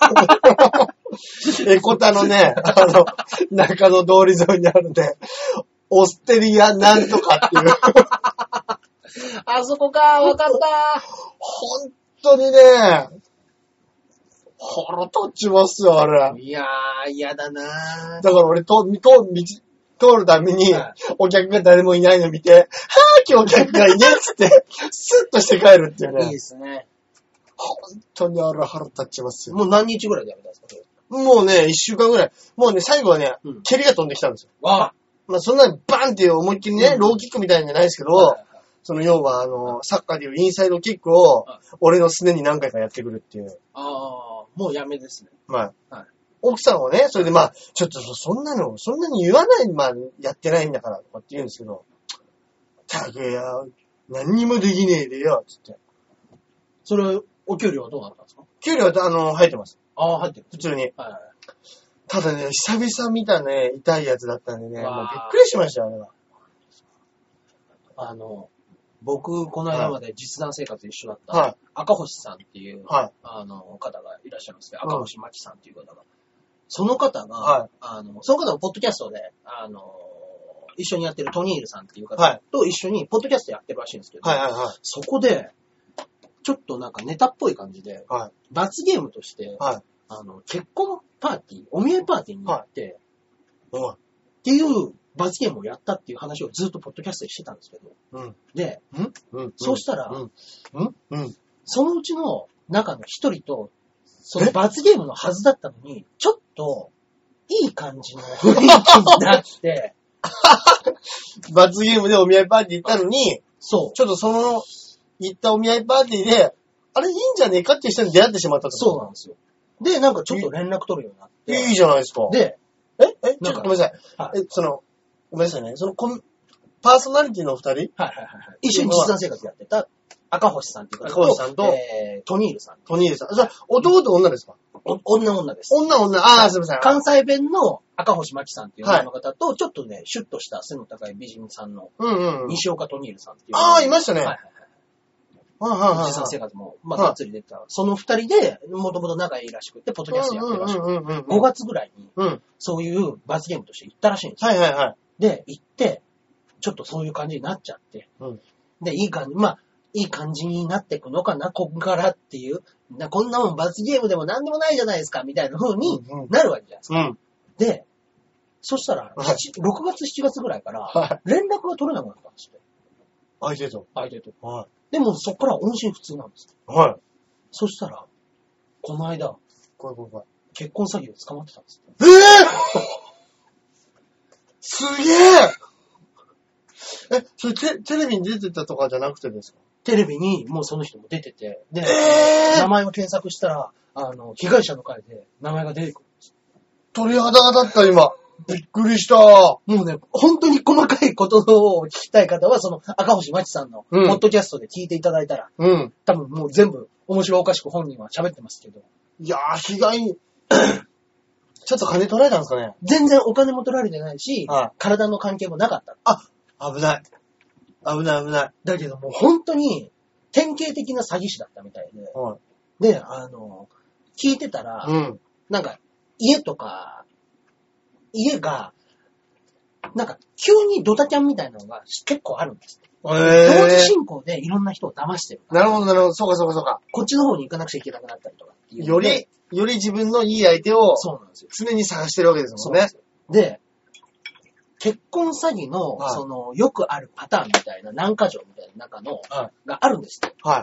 エコタのね、あの、中野通り沿いにあるね、オステリアなんとかっていう。 あそこか、わかった。 ほんとにね、腹立ちますよ、あれ。 いやー、嫌だなー。 だから俺、と、と、道、通るたびに、お客が誰もいないの見て、はぁ、今日お客がいねえっつって、スッとして帰るっていうね。 いいですね。 本当にあれ腹立ちますよ。 もう何日ぐらいでやめたんですか？ もうね、一週間ぐらい。もうね、最後はね、うん、蹴りが飛んできたんですよ。ああ。まあそんなにバンっていう思いっきりね、うん、ローキックみたいなんじゃないですけど、はいはいはい、その要はあの、サッカーでいうインサイドキックを、俺のすねに何回かやってくるっていう。 ああ、もうやめですね。 はい。はい、奥さんはね、それでまあ、ちょっとそんなの、そんなに言わない、まあ、やってないんだからとかって言うんですけど、たくや、何にもできねえでよ、つって。 それ、お給料はどうなったんですか？ 給料は、あの、入ってます。 ああ、入ってる。 普通に。はい。ただね、久々見たね、痛いやつだったんでね、もうびっくりしましたよ、あれは。 あの、僕、この間まで実弾生活一緒だった、はい、赤星さんっていう、はい、あの、方がいらっしゃるんですけど、赤星真紀さんっていう方が。その方が、はい、あの、その方がポッドキャストで、あの、一緒にやってるトニールさんっていう方と一緒にポッドキャストやってるらしいんですけど、はいはいはい、そこで、ちょっとなんかネタっぽい感じで、はい、罰ゲームとして、はい、あの、結婚パーティー、お見合いパーティーに行って、はい、っていう罰ゲームをやったっていう話をずっとポッドキャストでしてたんですけど、うん、で、んうん、そうしたら、うんうん、そのうちの中の一人と、その罰ゲームのはずだったのに、ちょっと、いい感じの雰囲気になって、 罰ゲームでお見合いパーティー行ったのに、 そう。 ちょっとその、行ったお見合いパーティーで、あれいいんじゃねえかっていう人に出会ってしまったと。 そうなんですよ。で、なんかちょっと連絡取るようになって。 いいじゃないですか。 で、 ええちょっとごめんなさい。はい、え、その、ごめんなさいね。そのコン、パーソナリティのお二人はいはいはいはい。一緒に実弾生活やってた赤星さんっていう方と、 赤星さんと、 えー、トニールさん。 トニールさん。じゃあ、男と女ですか？ お女女です。 女女。ああ、すみません。 関西弁の赤星真紀さんっていう女の方と、はい、ちょっとね、シュッとした背の高い美人さんの、うんうん、西岡トニールさんっていう。 ああ、いましたね。はいはいはいはいはい。実弾生活も、まあ、がっつり出てた。その二人で、もともと仲いいらしくて、ポッドキャストやってるらしくて、ごがつぐらいに、うん、そういう罰ゲームとして行ったらしいんですよ。はいはいはい。で、行って、ちょっとそういう感じになっちゃって、うん、で、いい感じ、まあ、いい感じになっていくのかな、ここからっていう、なこんなもん罰ゲームでもなんでもないじゃないですか、みたいな風になるわけじゃないですか。うん、で、そしたら、はい、ろくがつ、しちがつぐらいから、連絡が取れなくなったんですよ。 相手と。 相手と。はい。でも、そっから音信不通なんです。 はい。 そしたら、この間、 怖い怖い怖い。 結婚詐欺で捕まってたんです。 えぇ、ー、すげええ、それテ、テレビに出てたとかじゃなくてですか？ テレビにもうその人も出てて、で、えー、名前を検索したら、あの、被害者の会で名前が出てくるんです。 鳥肌が立った今。びっくりした。もうね、本当に細かいことを聞きたい方は、その赤星真紀さんのポッドキャストで聞いていただいたら、うん、多分もう全部面白おかしく本人は喋ってますけど。 いやー、被害、ちょっと金取られたんですかね？ 全然お金も取られてないし、はい、体の関係もなかった。 あ、危ない。危ない危ない。 だけどもう本当に典型的な詐欺師だったみたいで、はい、で、あの、聞いてたら、うん、なんか家とか、家が、なんか、急にドタキャンみたいなのが結構あるんです。えー、同時進行でいろんな人を騙してる。 なるほど、なるほど。そうか、そうか、そうか。 こっちの方に行かなくちゃいけなくなったりとかっていう。 より、より自分のいい相手を、そうなんですよ。常に探してるわけですもんね。 で、結婚詐欺の、はい、その、よくあるパターンみたいな、何箇条みたいな中の、はい、があるんですよ。はい。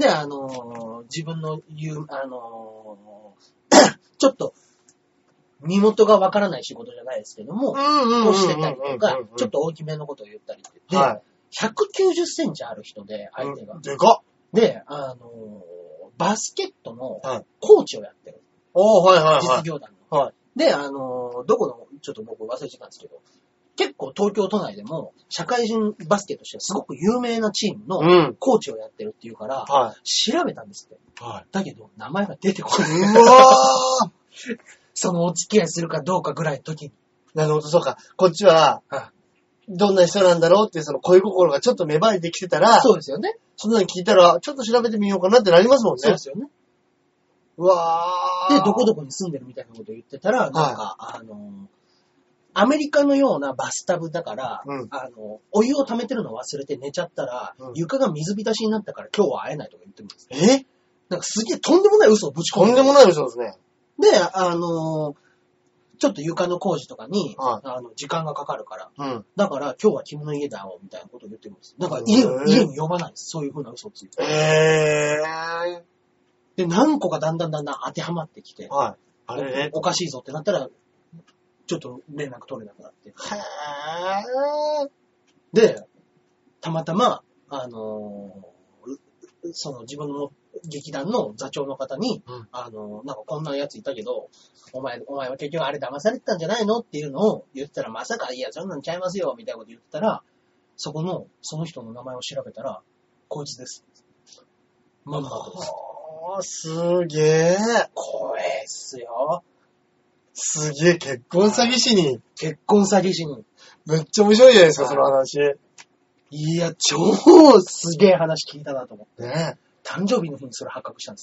で、あのー、自分の言う、あのー、ちょっと、身元がわからない仕事じゃないですけども、をしてたりとか、ちょっと大きめのことを言ったりって。で、はい、ひゃくきゅうじゅっセンチある人で、相手が。 でかっ。 で、あのー、バスケットのコーチをやってる。 おー、はいはいはい。 実業団の。はい。で、あのー、どこの、ちょっと僕忘れてたんですけど、 結構東京都内でも社会人バスケとしてはすごく有名なチームのコーチをやってるっていうから、うんはい、調べたんですって、はい。だけど名前が出てこない。うわそのお付き合いするかどうかぐらいの時に。 なるほど、そうか。こっちは、どんな人なんだろうっていうその恋心がちょっと芽生えてきてたら、 そうですよね。 そんなに聞いたら、ちょっと調べてみようかなってなりますもんね。 そうですよね。 うわー。 で、どこどこに住んでるみたいなこと言ってたら、なんか、はい、あの、アメリカのようなバスタブだから、うん、あの、お湯を溜めてるの忘れて寝ちゃったら、うん、床が水浸しになったから今日は会えないとか言ってるんです。 えなんかすげえとんでもない嘘をぶち込んでとんでもない嘘ですね。 で、あの、ちょっと床の工事とかに、はい、あの時間がかかるから、うん、だから今日は君の家だよみたいなことを言ってるんです。だから家を、家に呼ばないんです。そういう風な嘘をついて。 へー。 で、何個かだんだんだんだん当てはまってきて、 はい、あれね、 おかしいぞってなったら、ちょっと連絡取れなくなって。へー。で、たまたま、あのー、その自分の劇団の座長の方に、うん、あのー、なんかこんなやついたけど、お前、お前は結局あれ騙されてたんじゃないのっていうのを言ってたら、まさか、いや、そんなんちゃいますよ、みたいなこと言ってたら、そこの、その人の名前を調べたら、こいつです。まんまとです。 あー、すげー。 怖えっすよ。 すげえ、結婚詐欺師に。 結婚詐欺師に。 めっちゃ面白いじゃないですか、その話。 いや、超すげえ話聞いたなと思って。 ねえ。 誕生日の日にそれ発覚したんです。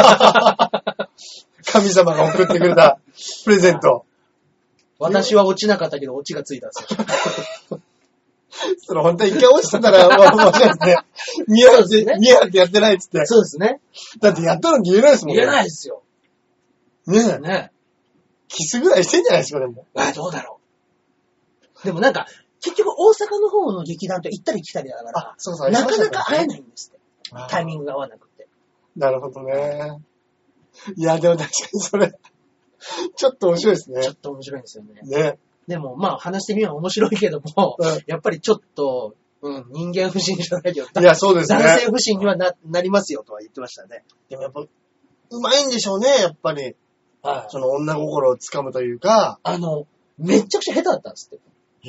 神様が送ってくれたプレゼント。 私は落ちなかったけど、落ちがついたんですよ。 それ本当に一回落ちてたら、もう面白いですね。見合って、見合ってやってないっつって。 そうですね。 だってやったのに言えないですもんね。 言えないですよ。 ねえ。 ねえ。 キスぐらいしてんじゃないですか、でも。 ああ、どうだろう。でもなんか、結局大阪の方の劇団と行ったり来たりだから、そうそう、なかなか会えないんですって。タイミングが合わなくて。 なるほどね。いや、でも確かにそれ、ちょっと面白いですね。 ちょっと面白いんですよね。 ね。 でも、まあ話してみれば面白いけども、うん、やっぱりちょっと、うん、人間不信じゃないけど、 いや、そうですね。 男性不信には な, なりますよとは言ってましたね。 でもやっぱ、うまいんでしょうね、やっぱり。はい。その女心をつかむというか。 あの、めっちゃくちゃ下手だったんですって。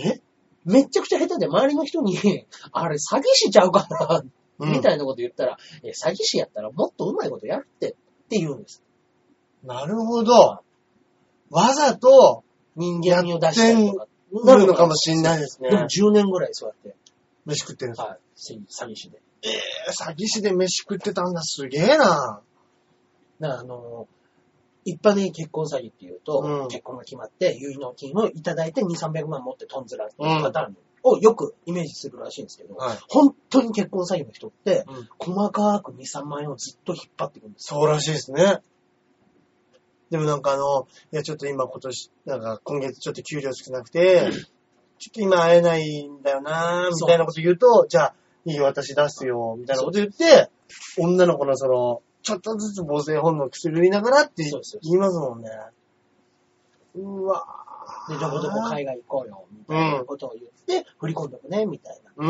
えめっちゃくちゃ下手で周りの人に、あれ詐欺師ちゃうかな、うん、みたいなこと言ったら、え、詐欺師やったらもっとうまいことやってって言うんです。 なるほど。わざと人間味を出したりとか。 なるのかもしれないですね。 でもじゅうねんぐらいそうやって。 飯食ってるんですか？ はい。詐欺師で。 ええー、詐欺師で飯食ってたんだ。すげえな。だからあのー、一般的に結婚詐欺っていうと、うん、結婚が決まって結納金をいただいてに、さんびゃくまん持ってトンズラっていうパターンをよくイメージするらしいんですけど、はい、本当に結婚詐欺の人って、うん、細かくに、さんまん円をずっと引っ張っていくんですよ。そうらしいですね。でもなんかあの、いやちょっと今今年、なんか今月ちょっと給料少なくて、ちょっと今会えないんだよなみたいなこと言うと、じゃあ、いいよ私出すよ、みたいなこと言って、女の子のその、ちょっとずつ母性本能をくすぐりながらって言いますもんね。うわぁ。で、どこどこ海外行こうよ、みたいなことを言って、振り込んどくね、みたいな。 うん。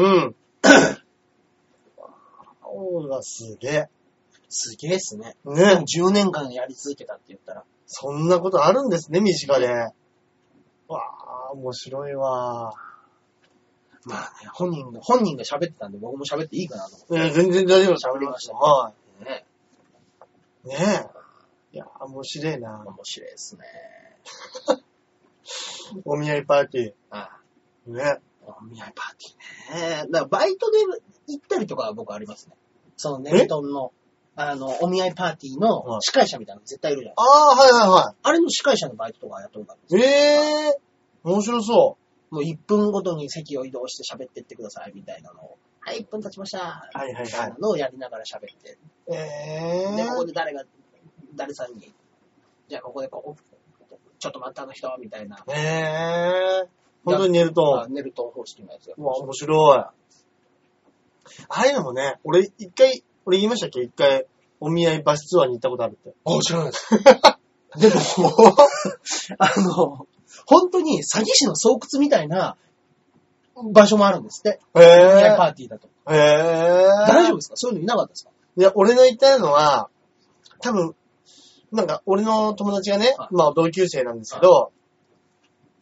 おーがすげえ。 すげえっすね。 ね。 でもじゅうねんかんやり続けたって言ったら。 そんなことあるんですね、身近で。わぁ、面白いわぁ。まあね、本人が、本人が喋ってたんで僕も喋っていいかなと思って。 いや、全然大丈夫。 喋りました。 はい。ね。ねえ。いや、面白いな。 面白いですね。 お見合いパーティー。 ああね。 お見合いパーティーね。だからバイトで行ったりとかは僕ありますね。そのネルトンの、あの、お見合いパーティーの司会者みたいなの絶対いるじゃないですか。 ああ、はいはいはい。 あれの司会者のバイトとかやったことあるんですよ。ええー。面白そう。 もういっぷんごとに席を移動して喋ってってくださいみたいなのを。はい、いっぷん経ちました。 はいはいはい。みたいなのをやりながら喋って。 ええー。 で、ここで誰が、誰さんに、じゃあここでここ、ちょっと待ったあの人、みたいな。 ええー。本当にネルトン。 ネルトン方式のやつが。 うわ、面白い。ああいうのもね、俺一回、俺言いましたっけ一回、お見合いバスツアーに行ったことあるって。 あ、知らないです。でも、あの、本当に詐欺師の巣窟みたいな場所もあるんですって。 へぇー。 お見合いパーティーだと。 へぇー。 大丈夫ですか？そういうのいなかったですか？ いや、俺の言ったのは、多分、なんか、俺の友達がね、まあ同級生なんですけど、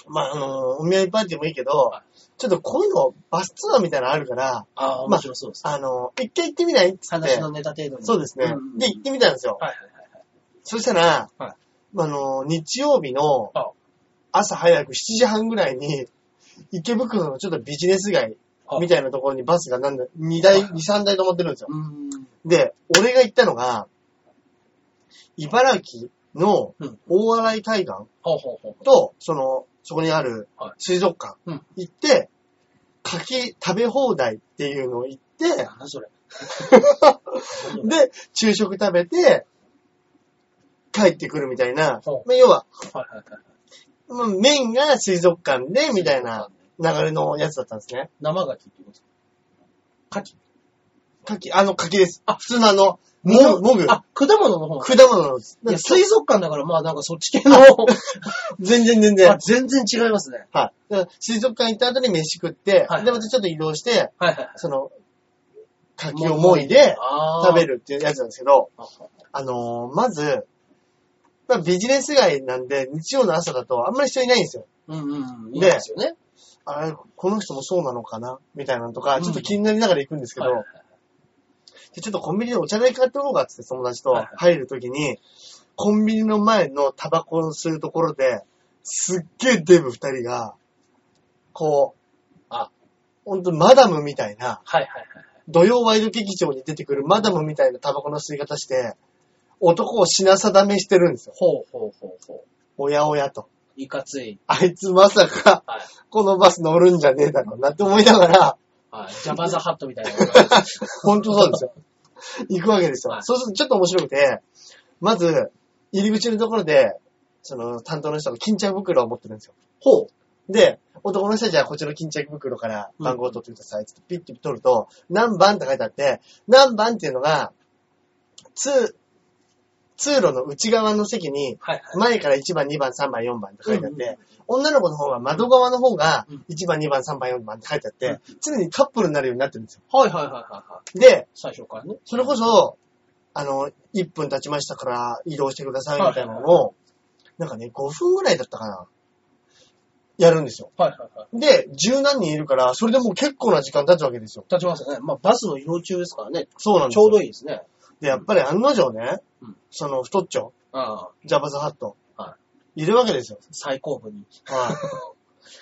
まあ、あの、お見合いパーティーもいいけど、はい、ちょっとこういうのバスツアーみたいなのあるから、 ああ、面白そうです、ね。 まあ、あの、一回行ってみないっつって。 話のネタ程度に。 そうですね。うんうん、で、行ってみたんですよ。はいはいはいはい。そしたら、はい、あの、日曜日の朝早くしちじはんぐらいに、池袋のちょっとビジネス街みたいなところにバスがなんだ、にだい、に、さんだい止まってるんですよ。で、俺が行ったのが、茨城の大洗海岸と、その、そこにある水族館行って、牡蠣食べ放題っていうのを行って、 何それで、昼食食べて、帰ってくるみたいな、まあ、要は、まあ、メインが水族館で、みたいな流れのやつだったんですね。 生牡蠣ってことですか？牡蠣牡蠣、あの牡蠣です。あ、普通のあの、もぐ、もぐ。 あ、果物の方。 果物のです。 水族館だから、まあなんかそっち系の。 全然全然。 あ、全然違いますね。 はい。水族館行った後に飯食って、はい、で、またちょっと移動して、はいはい、その、牡蠣をもいで食べるっていうやつなんですけど、あのー、まず、まあ、ビジネス街なんで、日曜の朝だとあんまり人いないんですよ。 うんうん。いいですよね。 あれ、この人もそうなのかなみたいなのとか、ちょっと気になりながら行くんですけど、うんはいはいでちょっとコンビニでお茶代買っておこうかって友達と入るときに、はいはい、コンビニの前のタバコを吸うところで、すっげえデブ二人が、こう、あ、ほんとマダムみたいな、はいはいはい、土曜ワイド劇場に出てくるマダムみたいなタバコの吸い方して、男を品定めしてるんですよ。 ほうほうほうほう。 おやおやと。 いかつい。 あいつまさか、はい、このバス乗るんじゃねえだろうなって思いながら、 はい。ジャバザハットみたいな。 本当そうですよ。行くわけですよ。はい、そうするとちょっと面白くて、まず、入り口のところで、その担当の人が巾着袋を持ってるんですよ。 ほう。で、男の人はじゃあこっちの巾着袋から番号を取ってくださいってピッて取ると、何番って書いてあって、何番っていうのが、通、通路の内側の席に、前からいちばん、にばん、さんばん、よんばんって書いてあって、うんうん、女の子の方は窓側の方がいちばん、にばん、さんばん、よんばんって書いてあって、うん、常にカップルになるようになってるんですよ。 はいはいはいはい。 で、 最初からね。 それこそ、あの、いっぷん経ちましたから移動してくださいみたいなのを、はいはいはい、なんかね、ごふんぐらいだったかな。やるんですよ。 はいはいはい。 で、十何人いるから、それでもう結構な時間経つわけですよ。 経ちますよね。まあバスの移動中ですからね。 そうなんですよ。ちょうどいいですね。 で、やっぱり案の定ね、うん、その太っちょ、ああジャバズハット、はい、いるわけですよ。 最高部に。はい。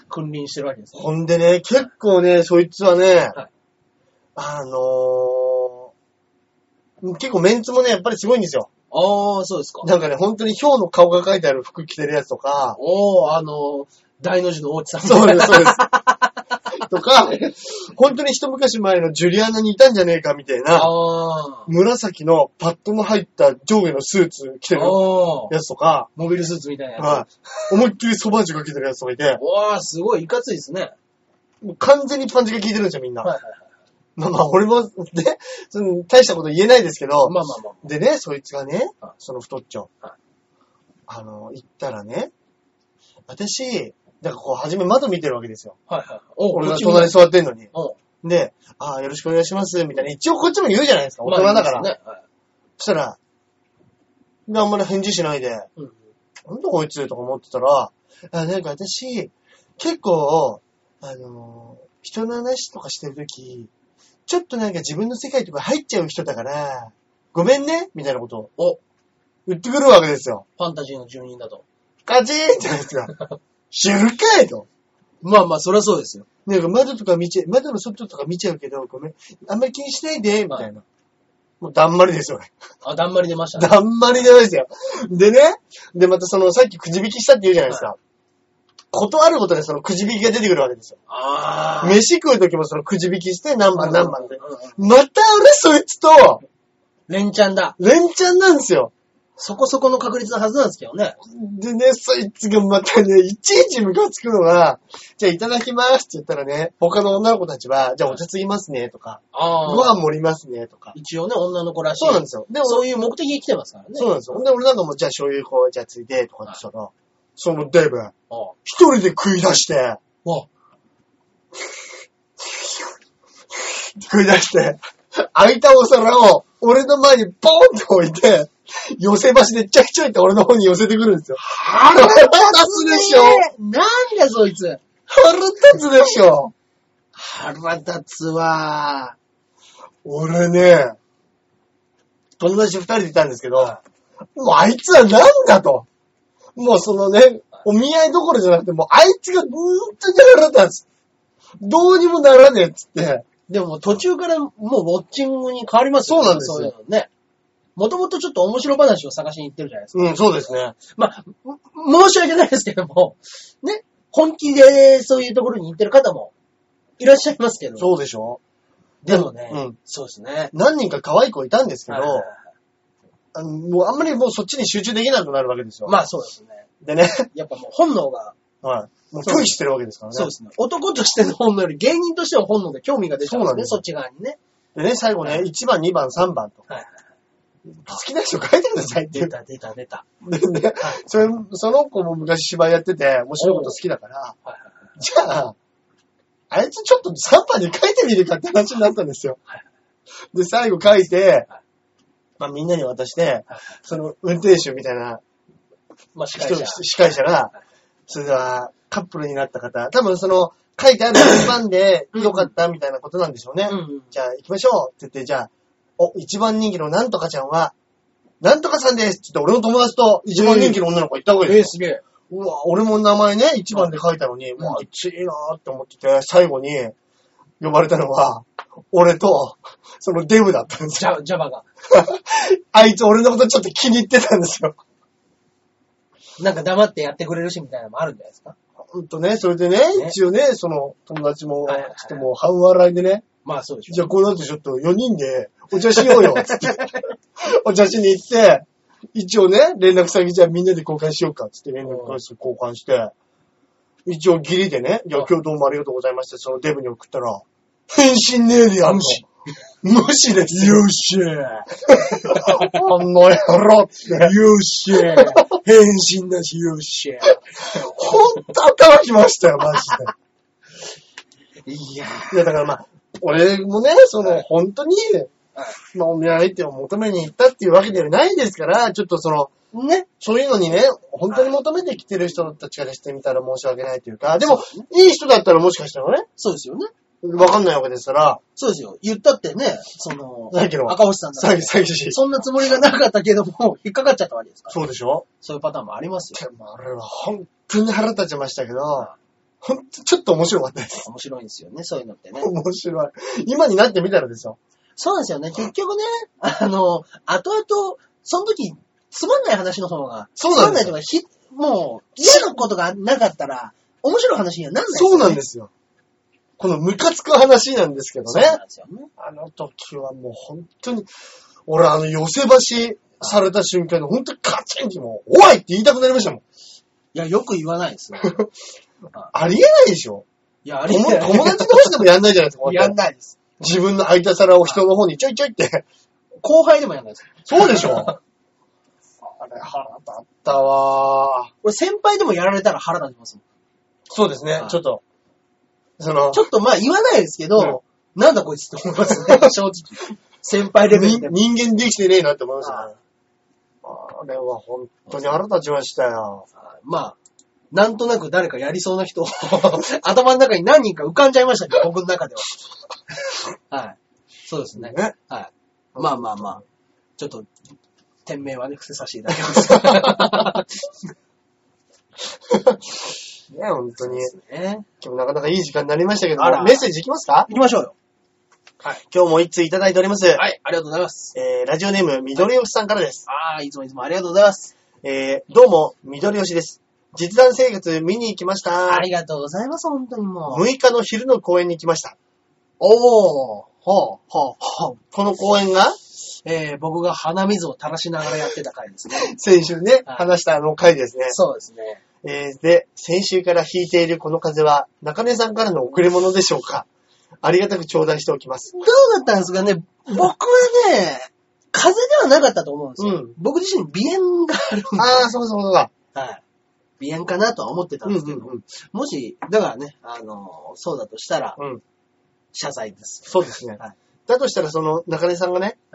君臨してるわけですね。 ほんでね、結構ね、そいつはね、はい、あのー、結構メンツもね、やっぱりすごいんですよ。 ああ、そうですか。 なんかね、本当にヒョウの顔が描いてある服着てるやつとか。 おー、あのー、大の字の大地さん。 そうです、そうです。とか、本当に一昔前のジュリアナにいたんじゃねえかみたいな、紫のパッドの入った上下のスーツ着てるやつとか、 モビルスーツみたいなやつ。 はい。思いっきりソバージュが着てるやつとかいて。 わー、すごいいかついですね。 もう完全にパンチが効いてるんですよ、みんな。 はいはいはい。 まあまあ、俺も、ね、その大したこと言えないですけど、 まあまあまあ。 でね、そいつがね、その太っちょ、はい、あの、行ったらね、私、だからこう、はじめ窓見てるわけですよ。 はいはい。 俺が隣に座ってんのに。で、ああ、よろしくお願いします、みたいな。一応こっちも言うじゃないですか、大人だから。まあいいですね、はい、そしたら、で、あんまり返事しないで、うん、なんだこいつとか思ってたら、あなんか私、結構、あのー、人の話とかしてるとき、ちょっとなんか自分の世界とか入っちゃう人だから、ごめんねみたいなことを言ってくるわけですよ。 ファンタジーの住人だと。 カチーンってやつが。知るかいと。 まあまあ、そりゃそうですよ。 なんか窓とか見ちゃ、窓の外とか見ちゃうけど、ごめん。あんまり気にしないで、みたいな。はい、もうだんまりですよね。 あ、だんまり出ましたね。 だんまり出ましたよ。でね、で、またその、さっきくじ引きしたって言うじゃないですか。はい、ことあることでそのくじ引きが出てくるわけですよ。ああ。飯食うときもそのくじ引きして何番何番で。また俺そいつと、 連チャンだ。 連チャンなんですよ。 そこそこの確率のはずなんですけどね。 でね、そいつがまたね、いちいちムカつくのが、じゃあいただきますって言ったらね、他の女の子たちは、じゃあお茶つぎますねとか、ご飯盛りますねとか。 一応ね、女の子らしい。 そうなんですよ。 でもそういう目的に来てますからね。 そうなんですよ。で、俺なんかもじゃあ醤油こう、じゃあついでとかって言ったら、そのデブ、一人で食い出して、食い出して、空いたお皿を俺の前にポーンって置いて、 寄せ橋でちょいちょいって俺の方に寄せてくるんですよ。腹立つでしょ。 なんだそいつ。 腹立つでしょ。 腹立つわ。 俺ね、友達二人でいたんですけど、もうあいつはなんだと。もうそのね、お見合いどころじゃなくて、もうあいつが本当に腹立つ。どうにもならねえっつって。 でも途中からもうウォッチングに変わりますよね。 そうなんですよ。 そういうのね。もともとちょっと面白話を探しに行ってるじゃないですか。 うん、そうですね。 まあ、申し訳ないですけども、ね、本気でそういうところに行ってる方もいらっしゃいますけど。 そうでしょ。 でもね、 うん、 そうですね。 何人か可愛い子いたんですけど、あのもうあんまりもうそっちに集中できなくなるわけですよ。 まあそうですね。 でね。 やっぱもう本能が。 はい。もう拒否してるわけですからね。 そうですね。男としての本能より芸人としての本能で興味が出ちゃうんですね。そっち側にね。 でね、最後ね、いちばん、にばん、さんばんと。はい。好きな人書いてくださいって。 出た、出た、出た。 でね、はい、それ、その子も昔芝居やってて、面白いこと好きだから、はいはいはい、じゃあ、あいつちょっとさんばんに書いてみるかって話になったんですよ。はい、で、最後書いて、はい、まあみんなに渡して、はい、その運転手みたいな、まあ司会者。司会者が、はい、それではカップルになった方、多分その書いてある順番で良かったみたいなことなんでしょうね。うんうん、じゃあ行きましょうって言って、じゃあ、お、一番人気のなんとかちゃんは、なんとかさんですって言って俺の友達と一番人気の女の子行ったわけですよ。えー、すげえ。うわ、俺も名前ね、一番で書いたのに、もうあいついいなーって思ってて、最後に呼ばれたのは、俺と、そのデブだったんですよ。 ジャバが。 あいつ俺のことちょっと気に入ってたんですよ。 なんか黙ってやってくれるしみたいなのもあるんじゃないですか。 ほんとね、それでね、ね一応ね、その友達も、ちょっともう半笑いでね、 まあそうでしょう。 じゃあこの後ちょっとよにんでお茶しようよ、つって。お茶しに行って、一応ね、連絡先じゃあみんなで交換しようか、つって連絡先交換して、一応ギリでね、いや今日どうもありがとうございました、そのデブに送ったら、返信ねえでやんの。無視ですよ。よっしゃー。あの野郎って。 よっしゃー。返信なしよっしゃー。 ほんと頭きましたよ、マジで。いやー。いや、だからまあ、俺もね、その、本当に、まあ、お見合い相手を求めに行ったっていうわけではないですから、ちょっとその、ね、そういうのにね、本当に求めてきてる人たちからしてみたら申し訳ないというか、でも、いい人だったらもしかしたらね。 そうですよね。 わかんないわけですから。 そうですよ。言ったってね、その、 さっきの赤星さんだって。詐欺師。 そんなつもりがなかったけども、引っかかっちゃったわけですから。 そうでしょ？ そういうパターンもありますよ。 でもあれは本当に腹立ちましたけど、ほんとちょっと面白かったです。 面白いんですよね、そういうのってね。 面白い。今になってみたらですよ。 そうなんですよね。結局ね、あの、後々、その時、つまんない話の方が、 そうなんですよ。 つまんないとか、ひ、もう、嫌なことがなかったら、面白い話にはなんないですよね。 そうなんですよ。このムカつく話なんですけどね。 そうなんですよね。 あの時はもう本当に、俺あの寄せ橋された瞬間に本当にカチンってもう、おいって言いたくなりましたもん。いや、よく言わないですね。 ありえないでしょ。 いや、ありえない。 友達同士でもやんないじゃないですか。 やんないです。 自分の空いた皿を人の方にちょいちょいって。 後輩でもやんないです。 そうでしょ。あれ腹立ったわー。 俺先輩でもやられたら腹立ちますもん。 そうですね、ちょっと。その、 ちょっとまあ言わないですけど、うん、なんだこいつって思いますね、正直。先輩レベルで。 人間できてねえなって思いましたね。あれは本当に腹立ちましたよ。 まあ、なんとなく誰かやりそうな人頭の中に何人か浮かんじゃいましたね、僕の中では。はい。そうですね。ね、はい。まあまあまあ、ちょっと、店名はね、伏せさせていただきます。 ね、本当に。 ね、 今日もなかなかいい時間になりましたけど、メッセージいきますか？ 行きましょうよ。 はい。今日も一通いただいております。 はい、ありがとうございます。 えー、ラジオネーム、緑吉さんからです。 はい、ああ、いつもいつもありがとうございます。 えー、どうも、緑吉です。実弾生活見に行きました。 ありがとうございます、本当にもう。 むいかの昼の公演に行きました。 おー、ほう、ほう、ほう。 この公演が、 えー、僕が鼻水を垂らしながらやってた回ですね。 先週ね、はい、話したあの回ですね。 そうですね。 えー、で、先週から弾いているこの風は、中根さんからの贈り物でしょうか？ありがたく頂戴しておきます。 どうだったんですかね？僕はね、風邪ではなかったと思うんですよ。うん、僕自身鼻炎があるんで。 ああ、そうそうだ。 はい。鼻炎かなとは思ってたんですけど、うんうんうん、もし、だからね、あの、そうだとしたら、うん、謝罪です。 そうですね。はい、だとしたら、その、中根さんがね、はい、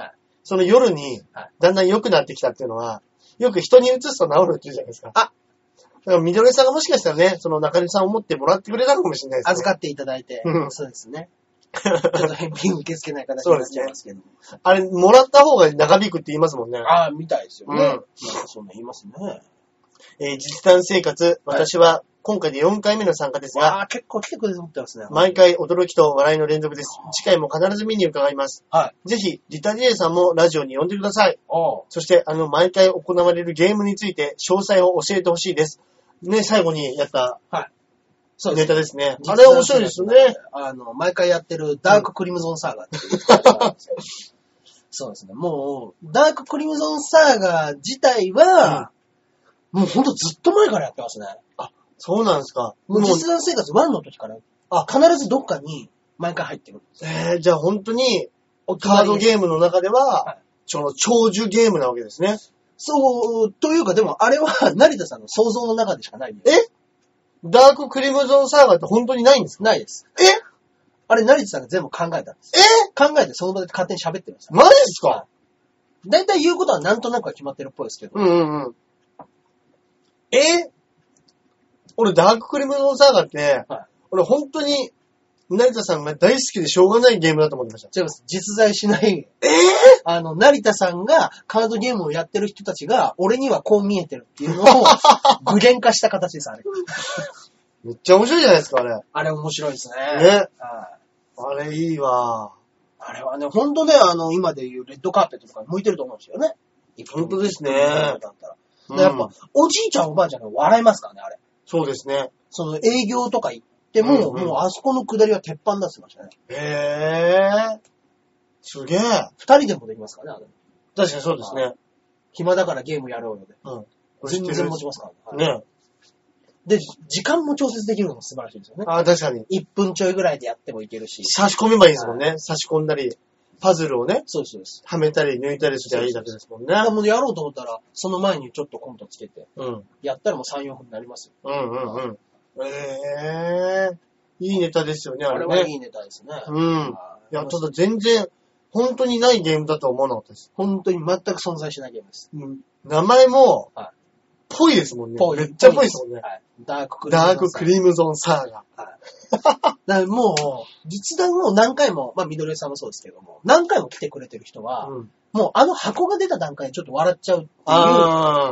その夜に、だんだん良くなってきたっていうのは、よく人に移すと治るって言うじゃないですか。あ、だからみどりさんがもしかしたらね、その中根さんを持ってもらってくれたのかもしれないですね。 預かっていただいて。うん、そうですね。ちょっと返品受け付けない形になっちゃいますけど。 そうですね。あれ、もらった方が長引くって言いますもんね。 ああ、みたいですよね。うん。なんかそんな言いますね。 えー、実弾生活、私は今回でよんかいめの参加ですが、 ああ、結構来てくれてますね。 毎回驚きと笑いの連続です。次回も必ず見に伺います。はい。ぜひ、リタディレイさんもラジオに呼んでください。そして、あの、毎回行われるゲームについて詳細を教えてほしいです。ね、最後にやった、はい。そうです。ネタですね。あれは面白いですよね。あの、毎回やってるダーククリムゾンサーガーっていう、うん。そうですね。もう、ダーククリムゾンサーガー自体は、うん、もうほんとずっと前からやってますね。あ、そうなんですか。もう実弾生活ワンの時から、あ、必ずどっかに毎回入ってるんです。えー、じゃあ本当に、カードゲームの中では、はい、その長寿ゲームなわけですね。そう、というかでもあれは成田さんの想像の中でしかないんです。えダーククリムゾンサーガーって本当にないんですか？ないです。えあれ成田さんが全部考えたんです。え考えてその場で勝手に喋ってました。マジですか？だいたい言うことはなんとなくは決まってるっぽいですけど。うんうんうん。え俺、ダーククリムゾンサーガーって、はい、俺本当に、成田さんが大好きでしょうがないゲームだと思ってました。違います。実在しない。えぇ、ー、あの、成田さんがカードゲームをやってる人たちが、俺にはこう見えてるっていうのを具現化した形です、あれ。めっちゃ面白いじゃないですか、あれ。あれ面白いですね。ね。はい、あれいいわ。あれはね、ほんとね、あの、今でいうレッドカーペットとか向いてると思うんですよね。本当ですね。だったら。うん、やっぱ、おじいちゃんおばあちゃんが笑いますからね、あれ。そうですね。その営業とか行っても、うんうん、もうあそこの下りは鉄板だってましたね。へぇー。すげぇ。二人でもできますからね、あれ。確かにそうですね。暇だからゲームやろうよで。うん。全然持ちますからね。ね。で、時間も調節できるのも素晴らしいですよね。ああ、確かに。いっぷんちょいぐらいでやってもいけるし。差し込めばいいですもんね。差し込んだり。パズルをね。そうです。はめたり抜いたりすればいいだけですもんね。もうやろうと思ったら、その前にちょっとコントつけて。うん。やったらもうさん、よんぷんになりますよ。うんうんうん。えー。いいネタですよね、あれね。あれはいいネタですね。うん。いや、ただ全然、本当にないゲームだとは思わなかったです。本当に全く存在しないゲームです。うん。名前も、はい。ぽいですもんね。めっちゃぽいですもんね。はい。ダーククリムゾン。ダーククリムゾンサーガ。はい。だからもう、実弾を何回も、まあ、みどりさんもそうですけども、何回も来てくれてる人は、うん、もうあの箱が出た段階でちょっと笑っちゃうっていう、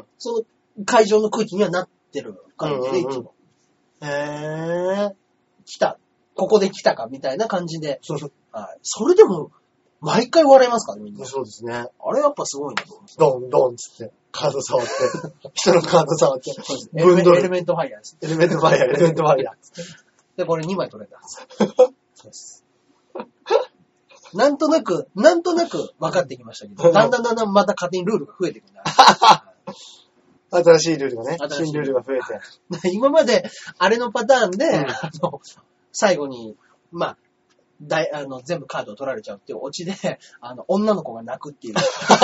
その会場の空気にはなってる感じで、いつも。へー。来た。ここで来たか、みたいな感じで。そうそう。はい。それでも、毎回笑いますからね、みんな。そうですね。あれやっぱすごいなと思うんです。ドンドンつって、カード触って、人のカード触って、そうですね。エレメントファイヤーです。エレメントファイヤー、エレメントファイヤー。で、これにまい取れたんです。そうです。なんとなく、なんとなく分かってきましたけど、だんだんだんだんまた勝手にルールが増えていくんだ。新しいルールがね、新ルールが増えて。今まで、あれのパターンで、うん、あの、最後に、まあ、だい、あの、全部カードを取られちゃうっていうオチで、あの、女の子が泣くっていう。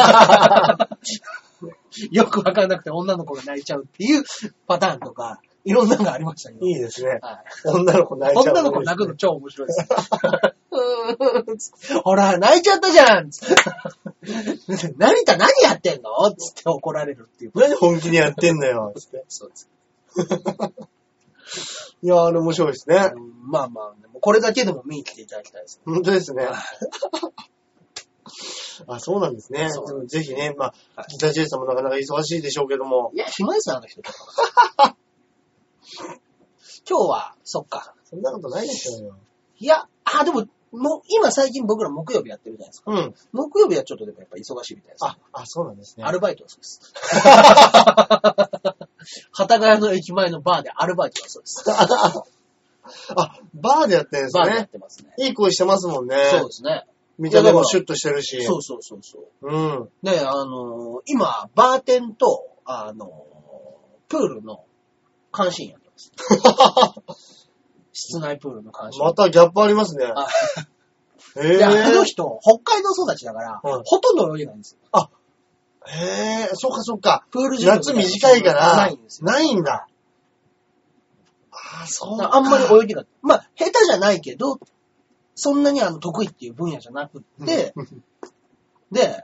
よくわかんなくて女の子が泣いちゃうっていうパターンとか、いろんなのがありましたけど。いいですね。はい、女の子泣いちゃう、ね。女の子泣くの超面白いです。ほら、泣いちゃったじゃん成田何やってんのつって怒られるっていう。何本気でやってんのよつって。そうです。いやー、あれ面白いですね。まあまあ、これだけでも見に来ていただきたいです、ね。本当ですね。あ、そうなんですね。でもぜひね、まあ、ギタージェイさんもなかなか忙しいでしょうけども。いや、暇ですよ、あの人とか。今日は、そっか。そんなことないでしょうよ。いや、あ、でも、もう、今最近僕ら木曜日やってるじゃないですか。うん。木曜日はちょっとでもやっぱ忙しいみたいです、ね。あ、あ、そうなんですね。アルバイトはそうです。幡ヶ谷の駅前のバーでアルバイトはそうです。あ、バーでやってるんですね。バーでやってますね。いい声してますもんね。そうですね。見た目もシュッとしてるし。そうそうそうそう。うん。ね、あのー、今、バーテンと、あのー、プールの監視員やってます。室内プールの監視員。またギャップありますね。へぇー。いや、この人、北海道育ちだから、うん、ほとんど泳げないんですよ。あ、へぇー、そっかそっか。プール夏短いから、ないんですよ。ないんだ。あ、そうか。あんまり泳ぎが、まあ、下手じゃないけど、そんなにあの得意っていう分野じゃなくって、で、